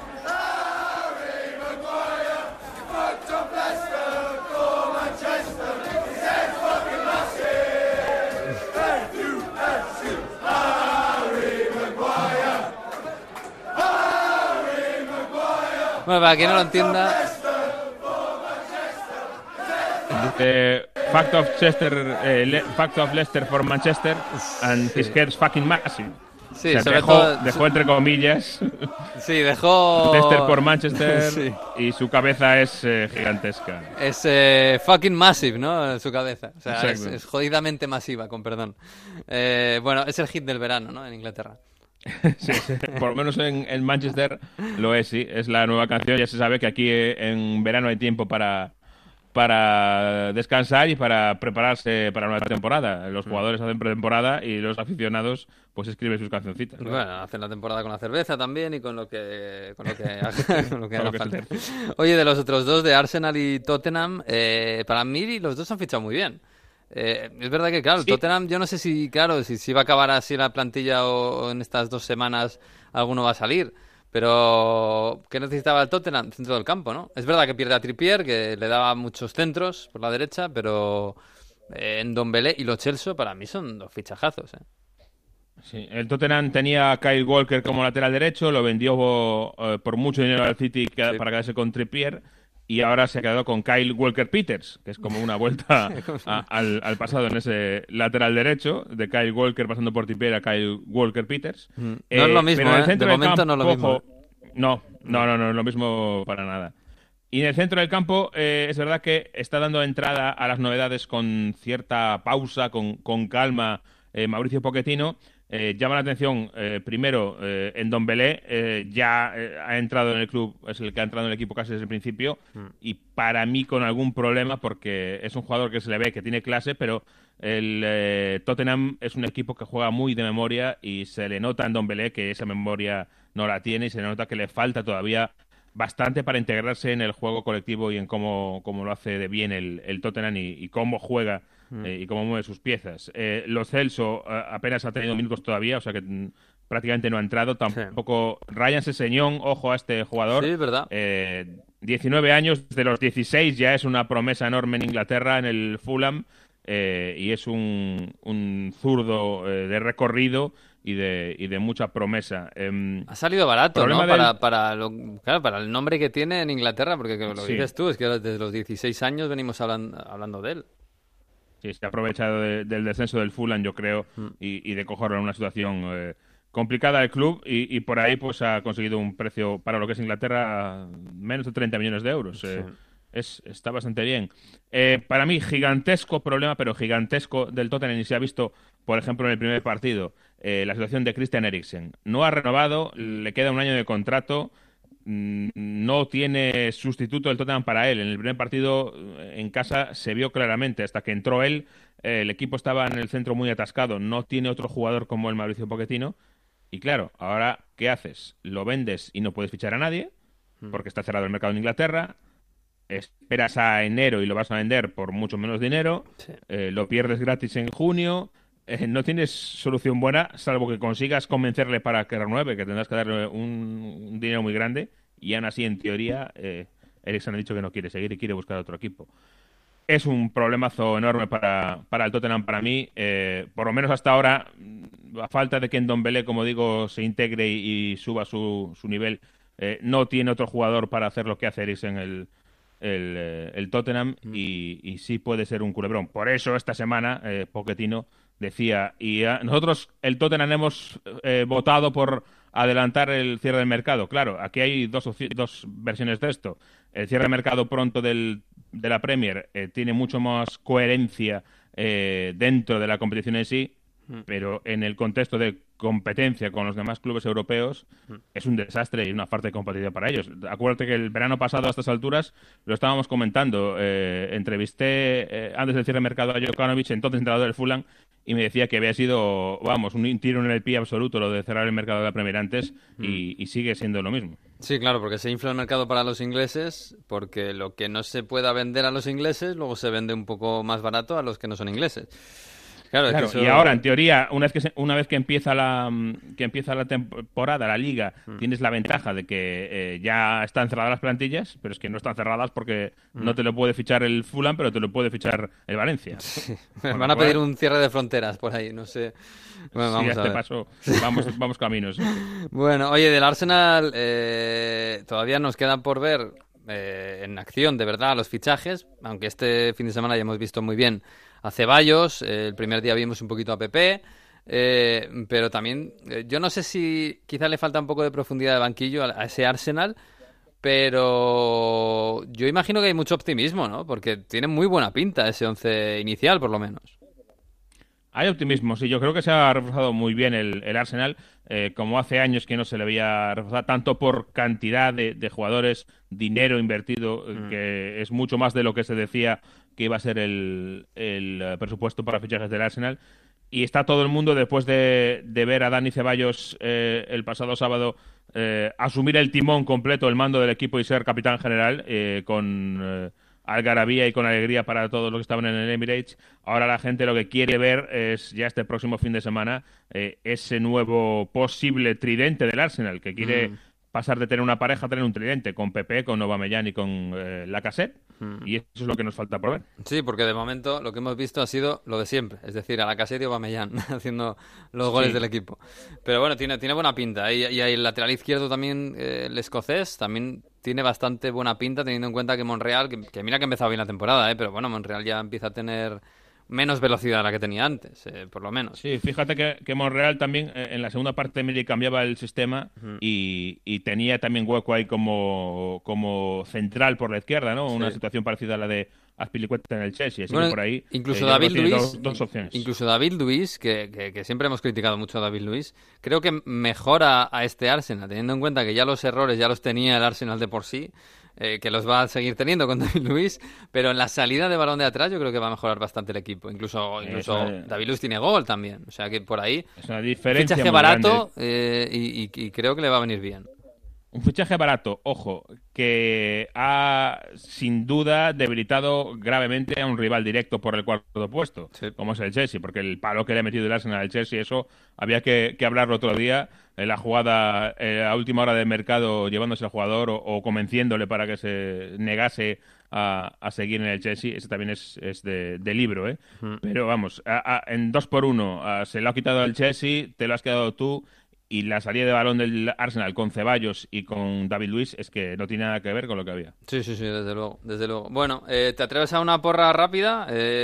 Bueno, para quien no lo entienda... Eh, fact of Chester, eh, Le, fact of Leicester for Manchester and sí. His head's fucking massive. Sí, o sea, sobre dejó, todo... dejó entre comillas... Sí, dejó... Leicester por Manchester sí. Y su cabeza es eh, gigantesca. Es eh, fucking massive, ¿no? Su cabeza. O sea, es, es jodidamente masiva, con perdón. Eh, bueno, es el hit del verano, ¿no? En Inglaterra. Sí, sí, por lo menos en, en Manchester lo es, sí, es la nueva canción. Ya se sabe que aquí en verano hay tiempo para, para descansar y para prepararse para una temporada. Los jugadores hacen pretemporada y los aficionados pues escriben sus cancioncitas, ¿no? Bueno, hacen la temporada con la cerveza también y con lo que con lo que haga, con lo que haga falta. Oye, de los otros dos, de Arsenal y Tottenham, eh, para mí los dos han fichado muy bien. Eh, es verdad que, claro, sí. Tottenham, yo no sé si, claro, si, si va a acabar así la plantilla o, o en estas dos semanas alguno va a salir, pero ¿qué necesitaba el Tottenham? Centro del campo, ¿no? Es verdad que pierde a Trippier, que le daba muchos centros por la derecha, pero eh, en Ndombele y Lo Celso para mí son dos fichajazos, ¿eh? Sí, el Tottenham tenía a Kyle Walker como lateral derecho, lo vendió eh, por mucho dinero al City sí. para quedarse con Trippier. Y ahora se ha quedado con Kyle Walker-Peters, que es como una vuelta a, al, al pasado en ese lateral derecho, de Kyle Walker pasando por Trippier a Kyle Walker-Peters. Mm. No eh, es lo mismo, ¿eh? De momento campo, no es lo mismo. Ojo, no, no, no, no es lo mismo para nada. Y en el centro del campo eh, es verdad que está dando entrada a las novedades con cierta pausa, con, con calma, eh, Mauricio Pochettino. Eh, llama la atención, eh, primero, eh, en Ndombele, eh, ya eh, ha entrado en el club, es el que ha entrado en el equipo casi desde el principio, mm. y para mí con algún problema, porque es un jugador que se le ve que tiene clase, pero el eh, Tottenham es un equipo que juega muy de memoria y se le nota en Ndombele que esa memoria no la tiene y se le nota que le falta todavía bastante para integrarse en el juego colectivo y en cómo, cómo lo hace de bien el, el Tottenham y, y cómo juega eh, y cómo mueve sus piezas. Eh, Lo Celso eh, apenas ha tenido minutos todavía, o sea que mm, prácticamente no ha entrado. Tampoco sí. Ryan Sessegnon, ojo a este jugador. Sí, verdad. Eh, diecinueve años, de los dieciséis ya es una promesa enorme en Inglaterra, en el Fulham, eh, y es un, un zurdo eh, de recorrido y de, y de mucha promesa. Eh, ha salido barato, ¿no? Del... Para, para, lo, claro, para el nombre que tiene en Inglaterra, porque lo sí. dices tú, es que desde los dieciséis años venimos hablando, hablando de él. Sí, se ha aprovechado de, del descenso del Fulham, yo creo, mm. y, y de cogerlo en una situación eh, complicada del club, y, y por ahí pues ha conseguido un precio para lo que es Inglaterra menos de treinta millones de euros. Sí. Eh, es, está bastante bien. Eh, para mí, gigantesco problema, pero gigantesco del Tottenham, y se ha visto, por ejemplo, en el primer partido, eh, la situación de Christian Eriksen. No ha renovado, le queda un año de contrato, no tiene sustituto del Tottenham para él. En el primer partido en casa se vio claramente, hasta que entró él, eh, el equipo estaba en el centro muy atascado, no tiene otro jugador como el Mauricio Pochettino, y claro, ahora, ¿qué haces? Lo vendes y no puedes fichar a nadie, porque está cerrado el mercado en Inglaterra, esperas a enero y lo vas a vender por mucho menos dinero, Sí. eh, lo pierdes gratis en junio, eh, no tienes solución buena, salvo que consigas convencerle para que renueve, que tendrás que darle un, un dinero muy grande, y aún así, en teoría, eh, Eriksen ha dicho que no quiere seguir y quiere buscar otro equipo. Es un problemazo enorme para, para el Tottenham, para mí. Eh, por lo menos hasta ahora, a falta de que Ndombele, como digo, se integre y, y suba su, su nivel, eh, no tiene otro jugador para hacer lo que hace Eriksen el, el, eh, el Tottenham, mm. y, y sí puede ser un culebrón. Por eso esta semana eh, Pochettino decía, y a, nosotros el Tottenham hemos eh, votado por adelantar el cierre del mercado. Claro, aquí hay dos, dos versiones de esto. El cierre de mercado pronto del, de la Premier eh, tiene mucho más coherencia eh, dentro de la competición en sí, mm. pero en el contexto de competencia con los demás clubes europeos mm. es un desastre y una falta de compatibilidad para ellos. Acuérdate que el verano pasado a estas alturas lo estábamos comentando. Eh, entrevisté eh, antes del cierre de mercado a Jokanovic, entonces entrenador del Fulham, y me decía que había sido, vamos, un tiro en el pie absoluto lo de cerrar el mercado de la Premier antes, mm. y, y sigue siendo lo mismo. Sí, claro, porque se infla el mercado para los ingleses, porque lo que no se pueda vender a los ingleses, luego se vende un poco más barato a los que no son ingleses. Claro, claro, es que eso... y ahora, en teoría, una vez que se, una vez que empieza la que empieza la temporada, la liga, mm. tienes la ventaja de que eh, ya están cerradas las plantillas, pero es que no están cerradas porque mm. no te lo puede fichar el Fulham, pero te lo puede fichar el Valencia. Sí. Bueno, van a pedir un cierre de fronteras por ahí, no sé. Bueno, vamos sí, a este ver. paso, vamos, vamos caminos. Bueno, oye, del Arsenal eh, todavía nos queda por ver eh, en acción, de verdad, los fichajes, aunque este fin de semana ya hemos visto muy bien a Ceballos, eh, el primer día vimos un poquito a Pepe, eh, pero también eh, yo no sé si quizá le falta un poco de profundidad de banquillo a, a ese Arsenal, pero yo imagino que hay mucho optimismo, ¿no? Porque tiene muy buena pinta ese once inicial, por lo menos. Hay optimismo, sí. Yo creo que se ha reforzado muy bien el, el Arsenal, eh, como hace años que no se le había reforzado, tanto por cantidad de, de jugadores, dinero invertido, mm. que es mucho más de lo que se decía que iba a ser el, el presupuesto para fichajes del Arsenal. Y está todo el mundo, después de, de ver a Dani Ceballos eh, el pasado sábado eh, asumir el timón completo, el mando del equipo y ser capitán general, eh, con... Eh, algarabía y con alegría para todos los que estaban en el Emirates. Ahora la gente lo que quiere ver es ya este próximo fin de semana eh, ese nuevo posible tridente del Arsenal, que quiere mm. pasar de tener una pareja a tener un tridente, con Pepe, con Aubameyang y con eh, Lacazette, mm. y eso es lo que nos falta por ver. Sí, porque de momento lo que hemos visto ha sido lo de siempre, es decir, a Lacazette y Aubameyang haciendo los goles sí. del equipo. Pero bueno, tiene, tiene buena pinta. Y, y el lateral izquierdo también, eh, el escocés, también tiene bastante buena pinta, teniendo en cuenta que Monreal, que, que mira que ha empezado bien la temporada, ¿eh? Pero bueno, Monreal ya empieza a tener menos velocidad de la que tenía antes, eh, por lo menos. Sí, fíjate que, que Monreal también eh, en la segunda parte media cambiaba el sistema uh-huh. y, y tenía también hueco ahí como, como central por la izquierda, ¿no? Sí. Una situación parecida a la de Azpilicueta en el Chelsea, así bueno, que por ahí incluso eh, David Luiz, dos, dos opciones. Incluso David Luiz, que, que, que siempre hemos criticado mucho a David Luiz, creo que mejora a este Arsenal, teniendo en cuenta que ya los errores ya los tenía el Arsenal de por sí, eh, que los va a seguir teniendo con David Luiz, pero en la salida de balón de atrás yo creo que va a mejorar bastante el equipo. Incluso, incluso es, David Luiz tiene gol también, o sea que por ahí es una diferencia fichaje barato eh, y, y, y creo que le va a venir bien. Un fichaje barato, ojo, que ha sin duda debilitado gravemente a un rival directo por el cuarto puesto, sí. como es el Chelsea, porque el palo que le ha metido el Arsenal al Chelsea, eso había que, que hablarlo otro día, en la jugada eh, a última hora del mercado llevándose al jugador o, o convenciéndole para que se negase a, a seguir en el Chelsea, ese también es, es de, de libro, ¿eh? Uh-huh. Pero vamos, a, a, en dos por uno a, se lo ha quitado el Chelsea, te lo has quedado tú. Y la salida de balón del Arsenal con Ceballos y con David Luiz es que no tiene nada que ver con lo que había. Sí, sí, sí, desde luego. Desde luego. Bueno, eh, ¿te atreves a una porra rápida?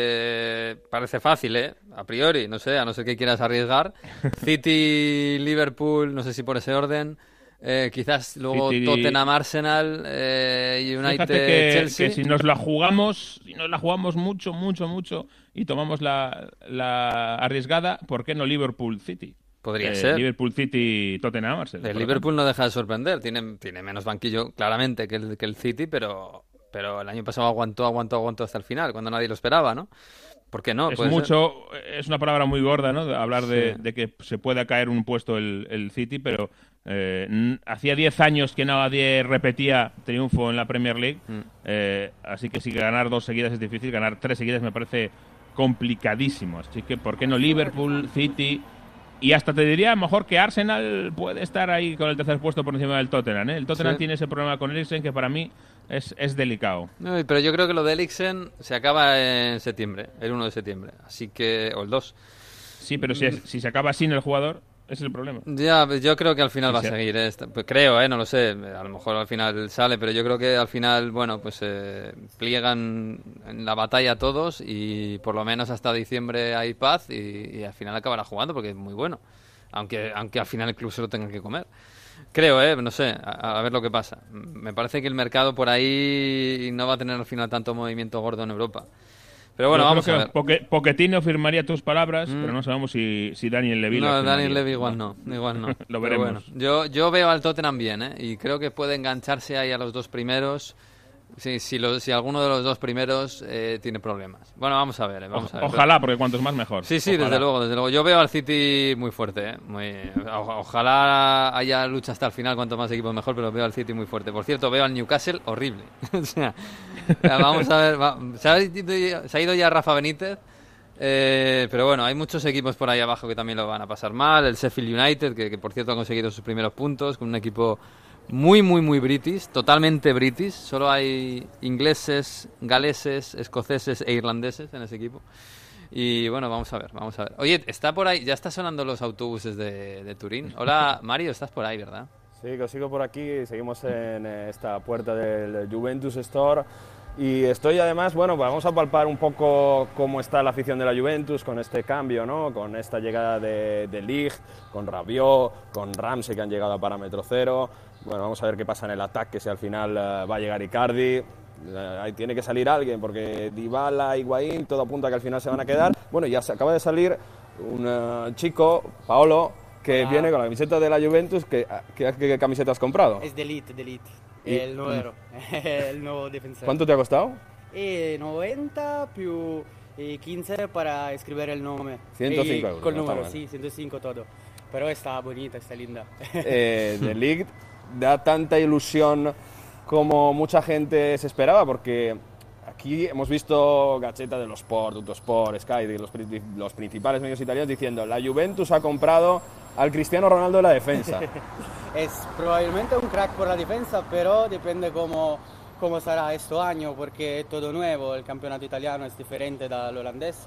Eh, parece fácil, ¿eh? A priori, no sé, a no ser que quieras arriesgar. City, Liverpool, no sé si por ese orden. Eh, quizás luego City... Tottenham, Arsenal, eh, United, que, Chelsea. Que si nos la jugamos, si nos la jugamos mucho, mucho, mucho y tomamos la, la arriesgada, ¿por qué no Liverpool, City? Podría eh, ser. Liverpool City, Tottenham, Arsenal. El Liverpool no deja de sorprender. Tiene, tiene menos banquillo, claramente, que el, que el City, pero, pero el año pasado aguantó, aguantó, aguantó hasta el final, cuando nadie lo esperaba, ¿no? ¿Por qué no? Es mucho, ser? Es una palabra muy gorda, ¿no? Hablar de, sí. de que se pueda caer un puesto el, el City, pero Eh, n- hacía diez años que nadie repetía triunfo en la Premier League, Mm. eh, así que sí que ganar dos seguidas es difícil, ganar tres seguidas me parece complicadísimo. Así que, ¿por qué no Liverpool, City? Y hasta te diría, a lo mejor que Arsenal puede estar ahí con el tercer puesto por encima del Tottenham, ¿eh? El Tottenham Sí. tiene ese problema con Eriksen que para mí es, es delicado. No, pero yo creo que lo de Eriksen se acaba en septiembre, el uno de septiembre, así que, o el dos. Sí, pero si, es- si se acaba sin el jugador, ese es el problema. Ya, yo creo que al final Sí, va a sí. seguir. ¿eh? Esta- Pues creo, ¿eh? No lo sé. A lo mejor al final sale, pero yo creo que al final, bueno, pues eh, pliegan en la batalla todos y por lo menos hasta diciembre hay paz y, y al final acabará jugando porque es muy bueno. Aunque, aunque al final el club se lo tenga que comer. Creo, ¿eh? No sé. A, a ver lo que pasa. Me parece que el mercado por ahí no va a tener al final tanto movimiento gordo en Europa. Pero bueno, Yo vamos creo a que ver. Poque- Pochettino firmaría tus palabras, Mm. pero no sabemos si, si Daniel Levy lo No, firmaría. Daniel Levy igual no, igual no. Lo Pero veremos. bueno, yo, yo veo al Tottenham bien, ¿eh? Y creo que puede engancharse ahí a los dos primeros. Sí, si, lo- si alguno de los dos primeros eh, tiene problemas. Bueno, vamos a ver, eh, vamos a ver. Ojalá, porque cuantos más mejor. Sí, sí, Ojalá. desde luego, desde luego. Yo veo al City muy fuerte, ¿eh? Muy, o- ojalá haya lucha hasta el final, cuanto más equipos mejor, pero veo al City muy fuerte. Por cierto, veo al Newcastle horrible. O sea, vamos a ver, va- ¿se, ha ido, se ha ido ya Rafa Benítez, eh, pero bueno, hay muchos equipos por ahí abajo que también lo van a pasar mal. El Sheffield United, que, que por cierto ha conseguido sus primeros puntos, con un equipo muy, muy, muy british, totalmente british. Solo hay ingleses, galeses, escoceses e irlandeses en ese equipo. Y bueno, vamos a ver, vamos a ver. Oye, está por ahí, ya están sonando los autobuses de, de Turín. Hola, Mario, estás por ahí, ¿verdad? Sí, que os sigo por aquí, seguimos en eh, esta puerta del Juventus Store y estoy además, bueno, vamos a palpar un poco cómo está la afición de la Juventus con este cambio, ¿no? Con esta llegada de, de Ligt, con Rabiot, con Ramsey que han llegado a parámetro cero. Bueno, vamos a ver qué pasa en el ataque, si al final uh, va a llegar Icardi. Uh, ahí tiene que salir alguien porque Dybala, Higuaín, todo apunta que al final se van a quedar. Bueno, ya se acaba de salir un uh, chico, Paolo, que Ah. viene con la camiseta de la Juventus. ¿Qué, qué, qué camiseta has comprado? Es de Elite, de Elite. Y- El nuevo, el nuevo defensor. ¿Cuánto te ha costado? Eh, noventa più eh, quince para escribir el nombre. ciento cinco Y euros, Con no está número, mal. sí, ciento cinco todo. Pero está bonita, está linda. Eh, de Ligt da tanta ilusión como mucha gente se esperaba, porque aquí hemos visto Gazzetta dello Sport, Tuttosport, Sky, de los, pri- los principales medios italianos diciendo la Juventus ha comprado al Cristiano Ronaldo de la defensa. Es probablemente un crack por la defensa, pero depende cómo, cómo será este año, porque es todo nuevo. El campeonato italiano es diferente del holandés,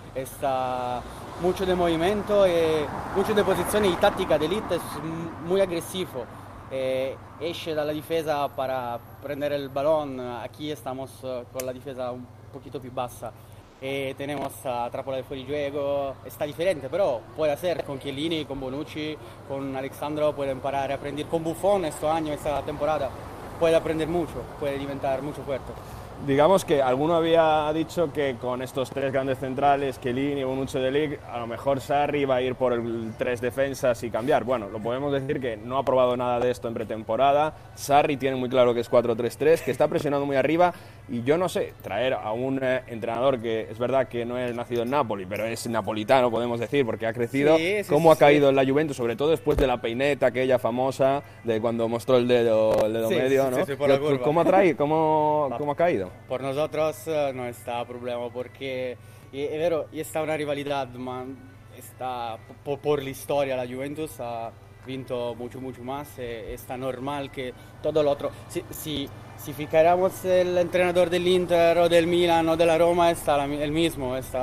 está mucho de movimiento y mucho de posición y táctica de Elite es muy agresivo. Eh, esce dalla difesa para prendere el balón. Aquí estamos eh, con la defensa un poquito più bassa. Eh, tenemos a Trappola de fuori juego, está diferente, pero puede hacer con Chiellini, con Bonucci, con Alexandro, puede parar a aprender con Buffon este año, esta temporada. Puede aprender mucho, puede diventar mucho fuerte. Digamos que alguno había dicho que con estos tres grandes centrales, Chiellini, Bonucci de Ligt, a lo mejor Sarri va a ir por el tres defensas y cambiar. Bueno, lo podemos decir que no ha probado nada de esto en pretemporada. Sarri tiene muy claro que es cuatro tres tres, que está presionando muy arriba y yo no sé, traer a un eh, entrenador que es verdad que no es nacido en Nápoles, pero es napolitano, podemos decir, porque ha crecido. Sí, sí, ¿Cómo sí, ha caído sí. en la Juventus? Sobre todo después de la peineta aquella famosa de cuando mostró el dedo, el dedo Sí, medio, sí, ¿no? sí, sí, por la curva. ¿Cómo ha traído? ¿Cómo, cómo ha caído? Por nosotros eh, no está problema porque y- es vero, y está una rivalidad, ma está por, por la historia la Juventus ha vinto mucho mucho más, eh, está normal que todo lo otro. Si, si, si fijáramos el entrenador del Inter o del Milan o de la Roma está la mi- el mismo, está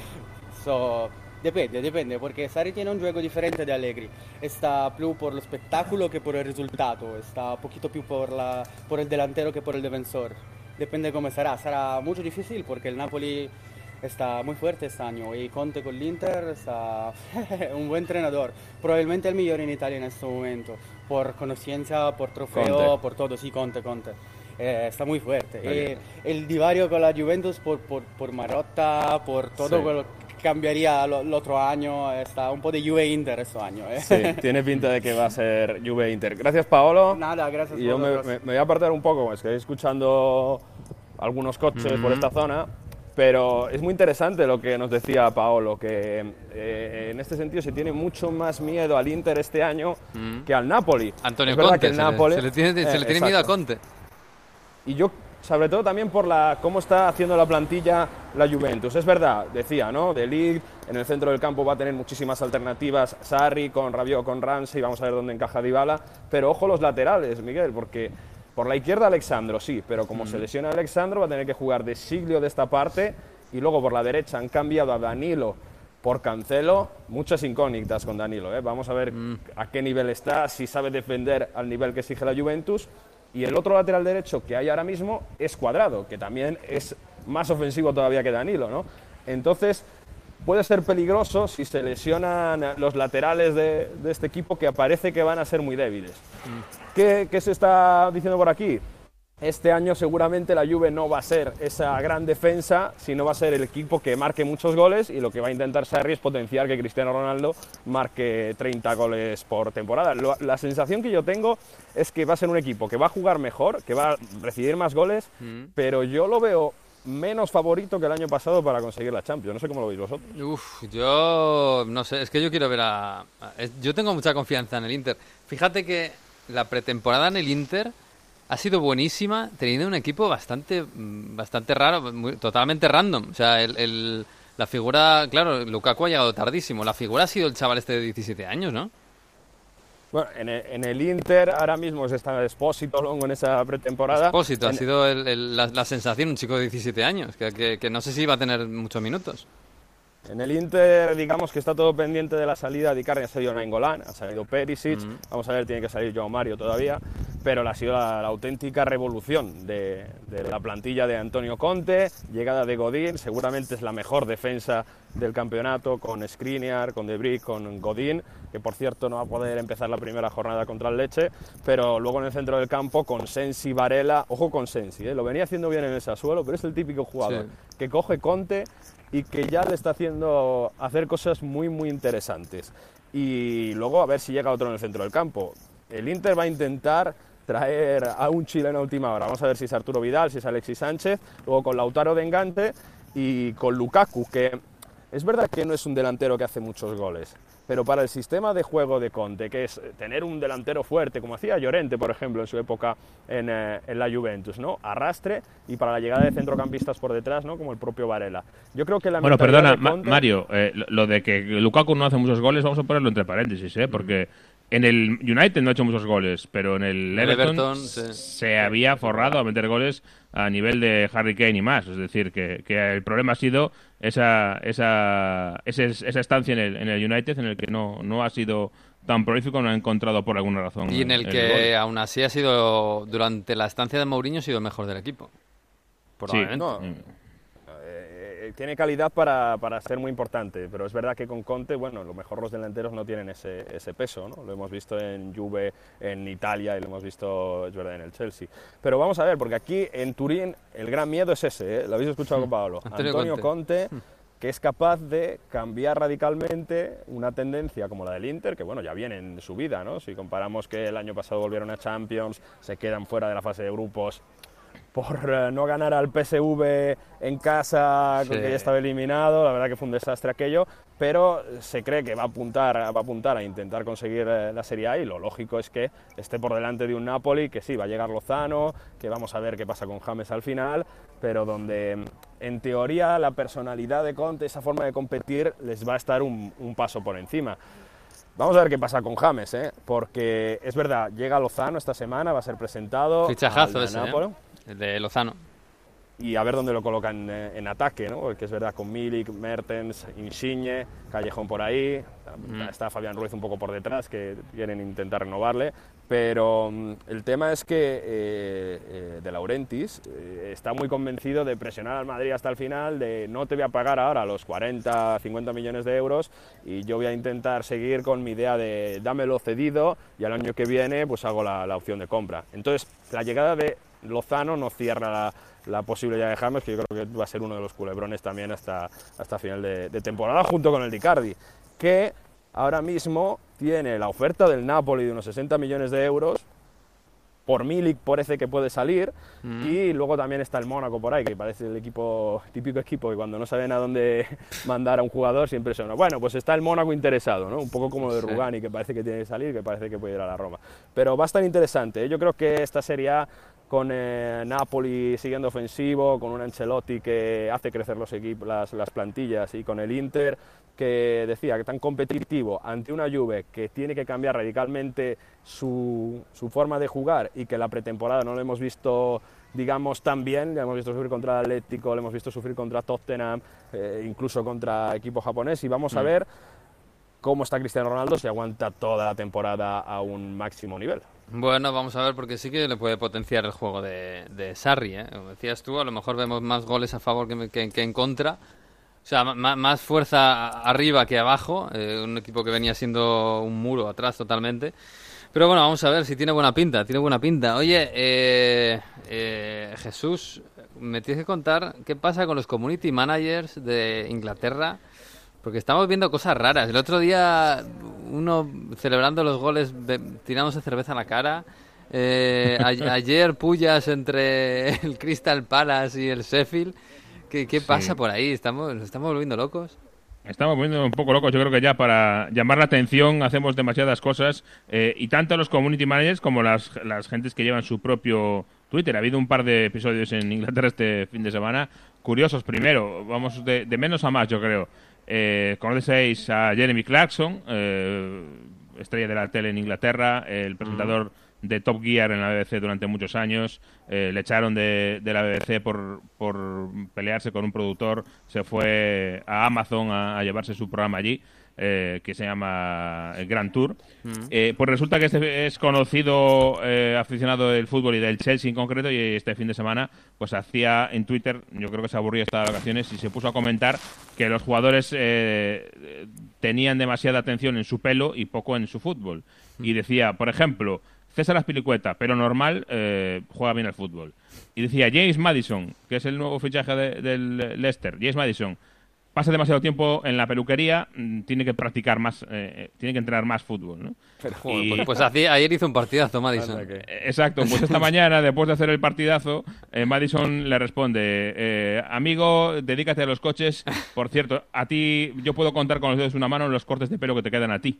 so, depende, depende, porque Sarri tiene un juego diferente de Allegri, está più por lo espectáculo que por el resultado, está un poquito più por, la, por el delantero que por el defensor. Depende cómo será, será mucho difícil porque el Napoli está muy fuerte este año y Conte con el Inter está un buen entrenador, probablemente el mejor en Italia en este momento, por conocimiento, por trofeo, Conte. por todo, sí, Conte, Conte. Eh, está muy fuerte. Muy Eh, el divario con la Juventus por, por, por Marotta, por todo Sí. lo que cambiaría lo- el otro año, está un poco de Juve Inter este año. Eh. Sí, tiene pinta de que va a ser Juve Inter. Gracias, Paolo. Nada, gracias Y yo me, vosotros. me- me voy a apartar un poco, es que estoy escuchando algunos coches Mm. por esta zona Pero es muy interesante lo que nos decía Paolo, que eh, en este sentido se tiene mucho más miedo al Inter este año mm. que al Napoli. Antonio Conte, el se, Napoli, le, se le tiene, eh, se le tiene miedo a Conte. Y yo, sobre todo también por la cómo está haciendo la plantilla la Juventus. Es verdad, decía, ¿no? De Ligt, en el centro del campo va a tener muchísimas alternativas, Sarri con Rabiot, con Ramsey, vamos a ver dónde encaja Dybala. Pero ojo los laterales, Miguel, porque... Por la izquierda Alexandro, sí, pero como mm. se lesiona Alexandro va a tener que jugar de Siglio de esta parte y luego por la derecha han cambiado a Danilo por Cancelo. Muchas incógnitas con Danilo, ¿eh? Vamos a ver mm. a qué nivel está, si sabe defender al nivel que exige la Juventus. Y el otro lateral derecho que hay ahora mismo es Cuadrado, que también es más ofensivo todavía que Danilo, ¿no? Entonces puede ser peligroso si se lesionan los laterales de, de este equipo, que parece que van a ser muy débiles. Mm. ¿Qué, ¿Qué se está diciendo por aquí? Este año seguramente la Juve no va a ser esa gran defensa, sino va a ser el equipo que marque muchos goles, y lo que va a intentar Sarri es potenciar que Cristiano Ronaldo marque treinta goles por temporada. Lo, la sensación que yo tengo es que va a ser un equipo que va a jugar mejor, que va a recibir más goles, mm. pero yo lo veo menos favorito que el año pasado para conseguir la Champions. No sé cómo lo veis vosotros. Uf, yo no sé, es que yo quiero ver a... a yo tengo mucha confianza en el Inter. Fíjate que la pretemporada en el Inter ha sido buenísima, teniendo un equipo bastante bastante raro, muy, totalmente random. O sea, el, el, la figura, claro, Lukaku ha llegado tardísimo. La figura ha sido el chaval este de diecisiete años, ¿no? Bueno, en el, en el Inter ahora mismo está Espósito Longo en esa pretemporada. Espósito en... ha sido el, el, la, la sensación, un chico de diecisiete años, que, que, que no sé si va a tener muchos minutos. En el Inter, digamos que está todo pendiente de la salida de Icardi. Ha salido Nainggolan, ha salido Perisic, mm. vamos a ver, tiene que salir João Mario todavía, pero ha sido la, la auténtica revolución de, de la plantilla de Antonio Conte, llegada de Godín, seguramente es la mejor defensa del campeonato, con Skriniar, con De Vrij, con Godín, que por cierto no va a poder empezar la primera jornada contra el Lecce, pero luego en el centro del campo con Sensi, Varela, ojo con Sensi, ¿eh? Lo venía haciendo bien en el Sassuolo, pero es el típico jugador sí. que coge Conte y que ya le está haciendo hacer cosas muy muy interesantes. Y luego a ver si llega otro en el centro del campo. El Inter va a intentar traer a un chileno a última hora. Vamos a ver si es Arturo Vidal, si es Alexis Sánchez, luego con Lautaro de Engante y con Lukaku, que es verdad que no es un delantero que hace muchos goles, pero para el sistema de juego de Conte, que es tener un delantero fuerte, como hacía Llorente, por ejemplo, en su época en, eh, en la Juventus, ¿no? Arrastre, y para la llegada de centrocampistas por detrás, ¿no? Como el propio Varela. Yo creo que la Bueno, perdona, Conte... Ma Mario, eh, lo de que Lukaku no hace muchos goles, vamos a ponerlo entre paréntesis, ¿eh? Porque en el United no ha hecho muchos goles, pero en el, el Everton, Everton sí. se había forrado a meter goles a nivel de Harry Kane y más. Es decir, que, que el problema ha sido esa esa esa, esa estancia en el, en el United, en el que no, no ha sido tan prolífico, no ha encontrado por alguna razón. Y en el, el que gol. Aún así ha sido, durante la estancia de Mourinho, ha sido el mejor del equipo. Probablemente. Sí, no. eh, tiene calidad para, para ser muy importante, pero es verdad que con Conte, bueno, lo mejor los delanteros no tienen ese, ese peso, ¿no? Lo hemos visto en Juve, en Italia, y lo hemos visto, es verdad, en el Chelsea. Pero vamos a ver, porque aquí en Turín el gran miedo es ese, ¿eh? Lo habéis escuchado con Paolo. Antonio, Antonio Conte, Conte que es capaz de cambiar radicalmente una tendencia como la del Inter, que bueno, ya viene en su vida, ¿no? Si comparamos que el año pasado volvieron a Champions, se quedan fuera de la fase de grupos por no ganar al P S V en casa, sí. con que ya estaba eliminado, la verdad que fue un desastre aquello, pero se cree que va a apuntar, va a apuntar a intentar conseguir la Serie A, y lo lógico es que esté por delante de un Napoli, que sí, va a llegar Lozano, que vamos a ver qué pasa con James al final, pero donde en teoría la personalidad de Conte, esa forma de competir, les va a estar un, un paso por encima. Vamos a ver qué pasa con James, ¿eh? Porque es verdad, llega Lozano esta semana, va a ser presentado. Fichajazo ese, ¿eh? El de Lozano. Y a ver dónde lo colocan en, en ataque, ¿no? Porque es verdad, con Milik, Mertens, Insigne, Callejón por ahí, mm. está Fabián Ruiz un poco por detrás, que quieren intentar renovarle, pero um, el tema es que eh, eh, De Laurentiis eh, está muy convencido de presionar al Madrid hasta el final, de no te voy a pagar ahora los cuarenta, cincuenta millones de euros, y yo voy a intentar seguir con mi idea de dámelo cedido, y al año que viene pues hago la, la opción de compra. Entonces, la llegada de Lozano no cierra la, la posibilidad de James, que yo creo que va a ser uno de los culebrones también hasta, hasta final de, de temporada, junto con el de Icardi, que ahora mismo tiene la oferta del Napoli de unos sesenta millones de euros, por Milik parece que puede salir, Mm. y luego también está el Mónaco por ahí, que parece el equipo, típico equipo que cuando no saben a dónde mandar a un jugador siempre suena. Bueno, pues está el Mónaco interesado, ¿no? Un poco como lo de Sí. Rugani, que parece que tiene que salir, que parece que puede ir a la Roma. Pero va a estar interesante, ¿eh? Yo creo que esta Serie A, con eh, Napoli siguiendo ofensivo, con un Ancelotti que hace crecer los equipos, las, las plantillas, y con el Inter, que decía que tan competitivo ante una Juve que tiene que cambiar radicalmente su, su forma de jugar, y que la pretemporada no lo hemos visto, digamos, tan bien. Le hemos visto sufrir contra el Atlético, le hemos visto sufrir contra Tottenham, eh, incluso contra equipo japonés, y vamos a Mm. ver cómo está Cristiano Ronaldo, si aguanta toda la temporada a un máximo nivel. Bueno, vamos a ver, porque sí que le puede potenciar el juego de, de Sarri, ¿eh? Como decías tú, a lo mejor vemos más goles a favor que, que, que en contra. O sea, ma- más fuerza arriba que abajo. Eh, un equipo que venía siendo un muro atrás totalmente. Pero bueno, vamos a ver si tiene buena pinta, tiene buena pinta. Oye, eh, eh, Jesús, me tienes que contar qué pasa con los community managers de Inglaterra, porque estamos viendo cosas raras. El otro día uno celebrando los goles be- tirándose cerveza a la cara. Eh, a- ayer pullas entre el Crystal Palace y el Sheffield. ¿Qué, qué pasa Sí. por ahí? ¿Estamos, ¿Nos estamos volviendo locos? Estamos volviendo un poco locos. Yo creo que ya para llamar la atención hacemos demasiadas cosas, eh, y tanto los community managers como las, las gentes que llevan su propio Twitter. Ha habido un par de episodios en Inglaterra este fin de semana curiosos. Primero, vamos de, de menos a más, yo creo. Eh, conocéis a Jeremy Clarkson, eh, estrella de la tele en Inglaterra, el presentador de Top Gear en la B B C durante muchos años. Eh, le echaron de, de la B B C por, por pelearse con un productor, se fue a Amazon a, a llevarse su programa allí, eh, que se llama el Grand Tour. Eh, pues resulta que este es conocido eh, aficionado del fútbol y del Chelsea en concreto, y este fin de semana pues hacía en Twitter, yo creo que se aburría estas vacaciones, y se puso a comentar que los jugadores eh, tenían demasiada atención en su pelo y poco en su fútbol. Y decía, por ejemplo, César Azpilicueta, pero normal, eh, juega bien al fútbol. Y decía, James Maddison, que es el nuevo fichaje de- del Leicester, James Maddison, pasa demasiado tiempo en la peluquería, mm, tiene que practicar más, eh, tiene que entrenar más fútbol, ¿no? Joder, Y- pues, pues así- ayer hizo un partidazo Madison. Anda que- Eh, Exacto, pues esta mañana, después de hacer el partidazo, eh, Madison le responde, eh, amigo, dedícate a los coches. Por cierto, a ti yo puedo contar con los dedos de una mano los cortes de pelo que te quedan a ti.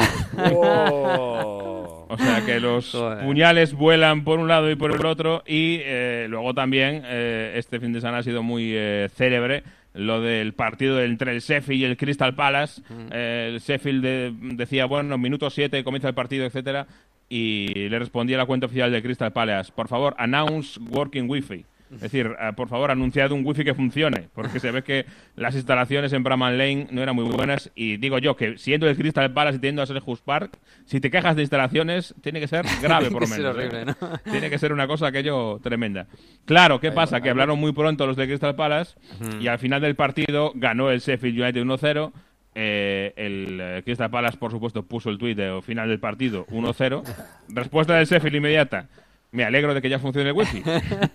Oh. O sea que los Joder. puñales vuelan por un lado y por el otro. Y eh, luego también, eh, este fin de semana ha sido muy eh, célebre lo del partido entre el Sheffield y el Crystal Palace. Eh, el Sheffield de- decía, bueno, minuto siete, comienza el partido, etcétera. Y le respondía la cuenta oficial del Crystal Palace, por favor, announce working wifi. Es decir, eh, por favor, anunciad un wifi que funcione, porque se ve que las instalaciones en Bramall Lane no eran muy buenas. Y digo yo que siendo el Crystal Palace y teniendo a ser Selhurst Park, si te quejas de instalaciones, tiene que ser grave, por lo Tiene que menos. ser ¿eh? horrible, ¿no? Tiene que ser una cosa aquello tremenda. Claro, ¿qué pasa? Que hablaron muy pronto los de Crystal Palace y al final del partido ganó el Sheffield United uno cero. Eh, el eh, Crystal Palace, por supuesto, puso el tuit de final del partido uno cero. Respuesta del Sheffield inmediata. Me alegro de que ya funcione el wifi.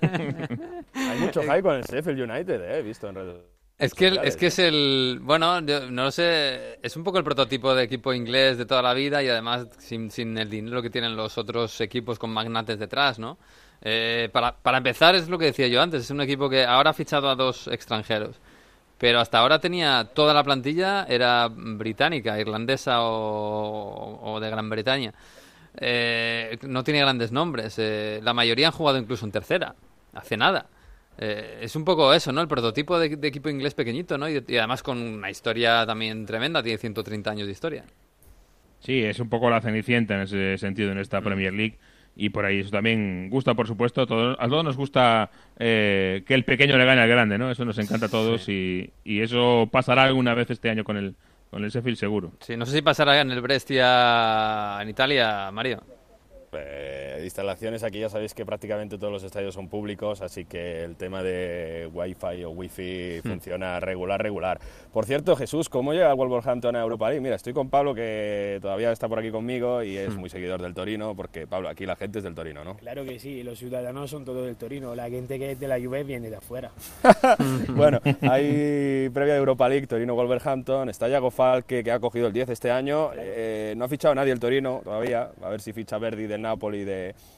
Hay mucho hype con el Sheffield United, eh, he visto en redes. Es que, el- sociales, es que es el... Bueno, yo no lo sé, es un poco el prototipo de equipo inglés de toda la vida, y además sin, sin el dinero que tienen los otros equipos con magnates detrás, ¿no? Eh, para, para empezar, es lo que decía yo antes, es un equipo que ahora ha fichado a dos extranjeros, pero hasta ahora tenía toda la plantilla, era británica, irlandesa o, o de Gran Bretaña. Eh, no tiene grandes nombres, eh, la mayoría han jugado incluso en tercera, hace nada. Eh, es un poco eso, ¿no? El prototipo de, de equipo inglés pequeñito, ¿no? Y, y además con una historia también tremenda, tiene ciento treinta años de historia. Sí, es un poco la cenicienta en ese sentido en esta Premier League. Y por ahí eso también gusta, por supuesto. Todo, a todos nos gusta eh, que el pequeño le gane al grande, ¿no? Eso nos encanta a todos y, y eso pasará alguna vez este año con el, con el Sheffield seguro. Sí, no sé si pasará en el Brescia, en Italia, Mario. Eh, instalaciones aquí ya sabéis que prácticamente todos los estadios son públicos, así que el tema de Wi-Fi o Wi-Fi funciona regular, regular. Por cierto, Jesús, ¿cómo llega el Wolverhampton a Europa League? Mira, estoy con Pablo, que todavía está por aquí conmigo y es muy seguidor del Torino, porque, Pablo, aquí la gente es del Torino, ¿no? Claro que sí, los ciudadanos son todos del Torino, la gente que es de la Juve viene de afuera. Bueno, hay previa de Europa League, Torino-Wolverhampton, está Iago Falque, que ha cogido el diez este año, eh, no ha fichado nadie el Torino todavía, a ver si ficha Verdi del Napoli de,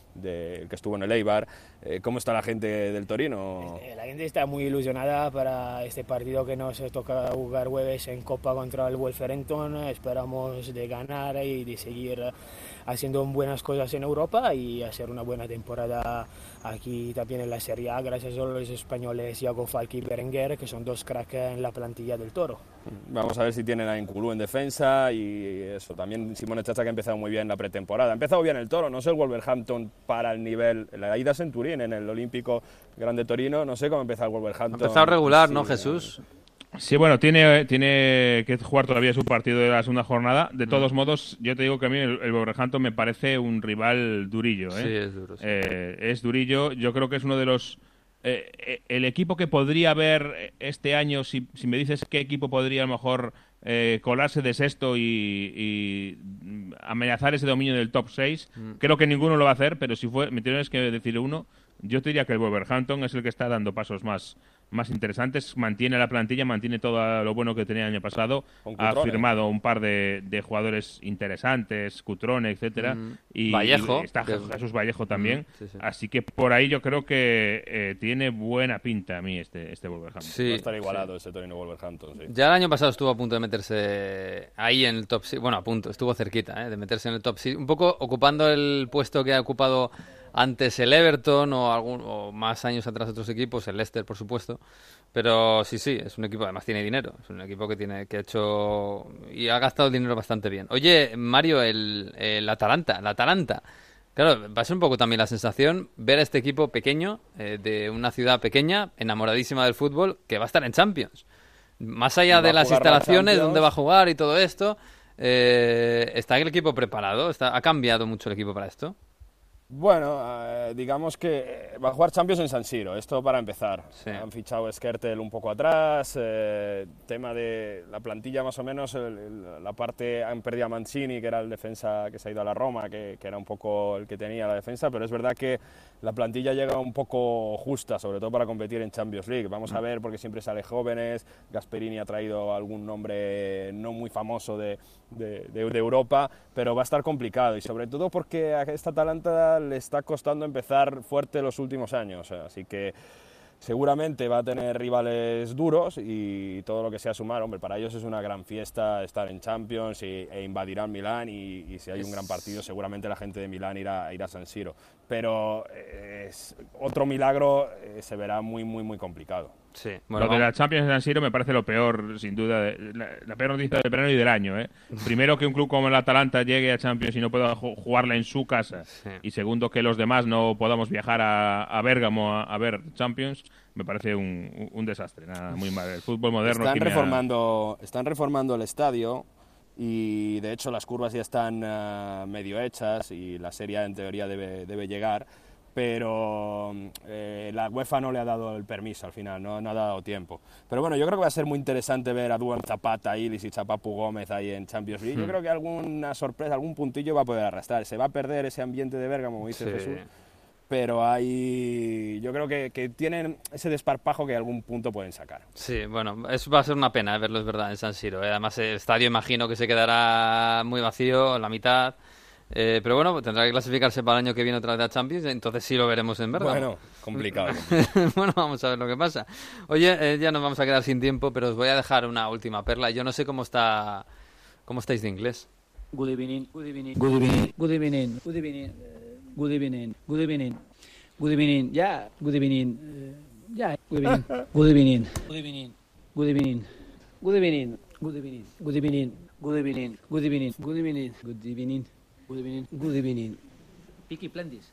de, que estuvo en el Eibar. Eh, ¿Cómo está la gente del Torino? La gente está muy ilusionada para este partido que nos toca jugar jueves en Copa contra el Wolverhampton. Esperamos de ganar y de seguir haciendo buenas cosas en Europa y hacer una buena temporada aquí también en la Serie A, gracias a los españoles Iago Falque y Berenguer, que son dos cracks en la plantilla del Toro. Vamos a ver si tienen a Inculú en defensa y eso, también Simone Chacha, que ha empezado muy bien la pretemporada. Ha empezado bien el Toro, no sé el Wolverhampton para el nivel, la ida es en Turín, en el Olímpico Grande Torino, no sé cómo ha empezado el Wolverhampton. Ha empezado regular, sí, ¿no, Jesús? Sí, bueno, tiene, tiene que jugar todavía su partido de la segunda jornada. De todos mm. modos, yo te digo que a mí el, el Wolverhampton me parece un rival durillo. ¿eh? Sí, es duro. Sí. Eh, es durillo. Yo creo que es uno de los... Eh, el equipo que podría haber este año, si, si me dices qué equipo podría a lo mejor eh, colarse de sexto y, y amenazar ese dominio del top seis, mm. creo que ninguno lo va a hacer, pero si fue, me tienes que decir uno, yo te diría que el Wolverhampton es el que está dando pasos más... más interesantes, mantiene la plantilla, mantiene todo lo bueno que tenía el año pasado, ha firmado un par de, de jugadores interesantes, Cutrone, etcétera, mm. y, Vallejo, y está que... Jesús Vallejo también, mm, sí, sí. Así que por ahí yo creo que eh, tiene buena pinta a mí este, este Wolverhampton. Sí, va a estar igualado sí. ese Torino Wolverhampton, sí. Ya el año pasado estuvo a punto de meterse ahí en el top seis, bueno, a punto, estuvo cerquita ¿eh? de meterse en el top seis, un poco ocupando el puesto que ha ocupado antes el Everton o, algún, o más años atrás otros equipos, el Leicester por supuesto, pero sí, sí, es un equipo, además tiene dinero, es un equipo que tiene que ha hecho y ha gastado el dinero bastante bien. Oye, Mario, el, el Atalanta, el Atalanta, claro, va a ser un poco también la sensación ver a este equipo pequeño, eh, de una ciudad pequeña, enamoradísima del fútbol, que va a estar en Champions. Más allá de las instalaciones, dónde va a jugar y todo esto, eh, ¿está el equipo preparado? ¿Está, ¿Ha cambiado mucho el equipo para esto? Bueno, eh, digamos que va a jugar Champions en San Siro, esto para empezar. Sí. Han fichado a Skrtel un poco atrás, eh, tema de la plantilla más o menos, el, el, la parte, han perdido a Mancini, que era el defensa que se ha ido a la Roma, que, que era un poco el que tenía la defensa, pero es verdad que la plantilla llega un poco justa, sobre todo para competir en Champions League. Vamos a ver, porque siempre sale jóvenes, Gasperini ha traído algún nombre no muy famoso de, de, de, de Europa, pero va a estar complicado, y sobre todo porque a esta Atalanta le está costando empezar fuerte los últimos años, así que seguramente va a tener rivales duros y todo lo que sea sumar, hombre, para ellos es una gran fiesta estar en Champions y, e invadirán Milán y, y si hay un gran partido seguramente la gente de Milán irá, irá a San Siro, pero eh, es, otro milagro eh, se verá muy muy muy complicado. Sí. Bueno, lo de la Champions de San Siro me parece lo peor, sin duda, de, la, la peor noticia del verano y del año. ¿eh? Primero, que un club como el Atalanta llegue a Champions y no pueda jugarla en su casa. Sí. Y segundo, que los demás no podamos viajar a, a Bérgamo a, a ver Champions, me parece un, un desastre. Nada, muy mal. El fútbol moderno... Están, tiene reformando, a... están reformando el estadio y, de hecho, las curvas ya están uh, medio hechas y la Serie A, en teoría, debe, debe llegar. Pero eh, la UEFA no le ha dado el permiso al final, no, no ha dado tiempo. Pero bueno, yo creo que va a ser muy interesante ver a Duan Zapata, Ilis y Chapapu Gómez ahí en Champions League. Yo creo que alguna sorpresa, algún puntillo va a poder arrastrar. Se va a perder ese ambiente de Bérgamo, como dice sí. Jesús, pero hay, yo creo que, que tienen ese desparpajo que algún punto pueden sacar. Sí, bueno, eso va a ser una pena verlo, es verdad, en San Siro. ¿eh? Además, el estadio imagino que se quedará muy vacío, la mitad... Eh, pero bueno, tendrá que clasificarse para el año que viene otra vez a Champions, entonces sí lo veremos en verdad. Bueno, complicado. Bueno, vamos a ver lo que pasa. Oye, eh, ya nos vamos a quedar sin tiempo, pero os voy a dejar una última perla. Yo no sé cómo está, cómo estáis de inglés. Good evening, good evening, good evening, good evening, good evening, good evening, good evening, good evening, yeah, good evening, uh, yeah, good evening, good evening, good evening, good evening, good evening, good evening, good evening, good evening, good evening, good evening, good evening. Good evening. Good evening. Piqui Plandis.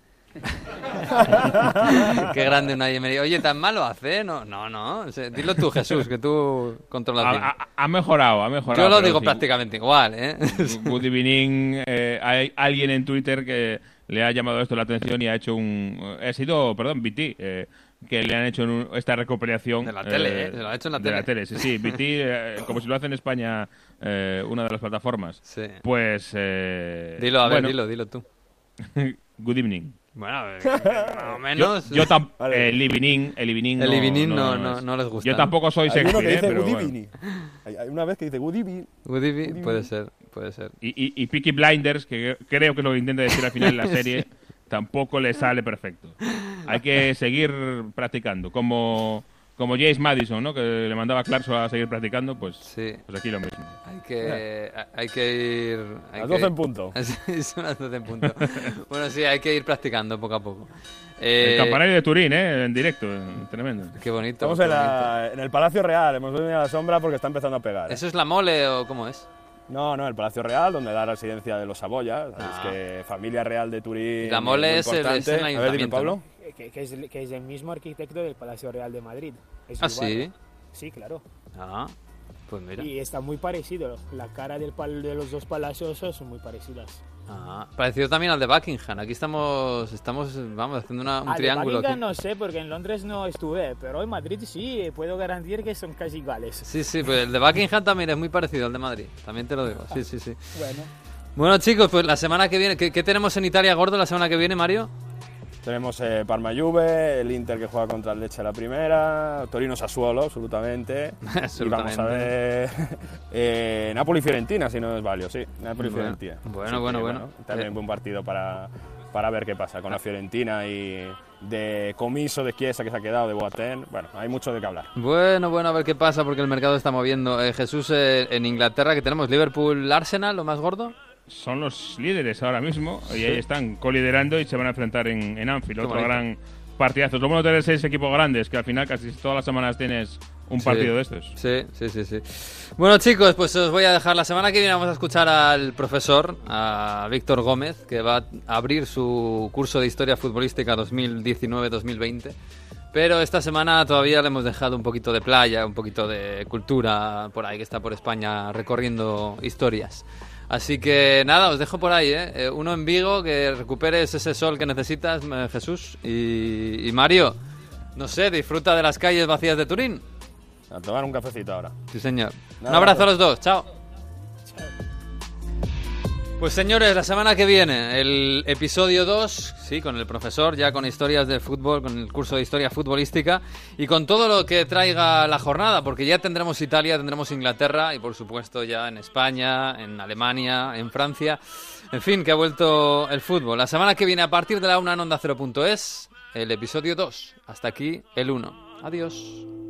Qué grande una Emery. Oye, ¿tan malo hace? No, no, no. O sea, dilo tú, Jesús, que tú controlas bien. Ha, ha, ha mejorado, ha mejorado. Yo lo digo sí. prácticamente igual, ¿eh? Good evening. Eh, hay alguien en Twitter que le ha llamado esto la atención y ha hecho un... Ha sido, perdón, B T, eh, que le han hecho un, esta recuperación... De la tele, ¿eh? Se lo ha hecho en la de tele. De la tele, sí, sí. B T, eh, como si lo hace en España eh, una de las plataformas. Sí. Pues... Eh, dilo, a ver, bueno, dilo, dilo tú. Good evening. Bueno, eh, más o menos... Yo, yo tam vale. El evening, el evening, el evening no, no, no, no, no les gusta. Yo tampoco soy sexy, ¿eh? Pero bueno. hay, hay una vez que dice good evening. Good evening, puede ser, puede ser. Y, y, y Peaky Blinders, que creo que es lo que intenta decir al final en la serie, sí. tampoco le sale perfecto. Hay que seguir practicando, como... Como James Madison, ¿no? Que le mandaba a Clarkson a seguir practicando, pues, sí. pues aquí lo mismo. Hay que, hay que ir... Hay las que doce ir, en punto. Sí, son las doce en punto. Bueno, sí, hay que ir practicando poco a poco. Eh, el campanario de Turín, ¿eh? En directo, tremendo. Qué bonito. Estamos qué en, la, bonito. en el Palacio Real, hemos venido a la sombra porque está empezando a pegar. ¿eh? ¿Eso es la mole o cómo es? No, no, el Palacio Real, donde da la residencia de los Saboya. Ah. Es que familia real de Turín. Y la mole es el, es el a ver, dime, ayuntamiento, Pablo. ¿no? Que, que, es, que es el mismo arquitecto del Palacio Real de Madrid. Es ¿Ah, igual. sí? Sí, claro. Ah, pues mira. Y está muy parecido. La cara del pal de los dos palacios son muy parecidas. Ah, parecido también al de Buckingham. Aquí estamos, estamos vamos, haciendo una, un Al triángulo. de Aquí. Buckingham no sé, porque en Londres no estuve, pero en Madrid sí, puedo garantizar que son casi iguales. Sí, sí, pues el de Buckingham también es muy parecido al de Madrid. También te lo digo. Sí, sí, sí. Bueno. Bueno, chicos, pues la semana que viene, ¿qué, qué tenemos en Italia gordo la semana que viene, Mario? Tenemos eh, Parma Juve, el Inter que juega contra el Lecce la primera, Torino Sassuolo, absolutamente. absolutamente. Y vamos a ver eh, Napoli Fiorentina, si no es Valio, sí. Napoli Bueno, Fiorentina. bueno, Sí, bueno, que, bueno. También Eh. buen partido para, para ver qué pasa con la Fiorentina y de Comiso, de Chiesa que se ha quedado, de Boateng. Bueno, hay mucho de qué hablar. Bueno, bueno, a ver qué pasa porque el mercado está moviendo. Eh, Jesús, eh, en Inglaterra, que tenemos Liverpool-Arsenal, lo más gordo. Son los líderes ahora mismo y ahí están coliderando y se van a enfrentar en, en Anfield. Qué Otro bonito. gran partidazo. Lo bueno de tener seis equipos grandes, que al final casi todas las semanas tienes un Sí. partido de estos. Sí, sí, sí, sí. Bueno, chicos, pues os voy a dejar. La semana que viene vamos a escuchar al profesor, a Víctor Gómez, que va a abrir su curso de Historia Futbolística dos mil diecinueve dos mil veinte. Pero esta semana todavía le hemos dejado un poquito de playa, un poquito de cultura por ahí, que está por España recorriendo historias. Así que nada, os dejo por ahí, ¿eh? Eh, Uno en Vigo, que recuperes ese sol que necesitas, eh, Jesús. Y, y Mario, no sé, disfruta de las calles vacías de Turín. A tomar un cafecito ahora. Sí, señor. Nada, Un abrazo a pues. los dos, chao. Pues señores, la semana que viene, el episodio dos, sí, con el profesor, ya con historias de fútbol, con el curso de historia futbolística y con todo lo que traiga la jornada, porque ya tendremos Italia, tendremos Inglaterra y por supuesto ya en España, en Alemania, en Francia, en fin, que ha vuelto el fútbol. La semana que viene, a partir de la una en Onda Cero punto es, el episodio dos. Hasta aquí el uno. Adiós.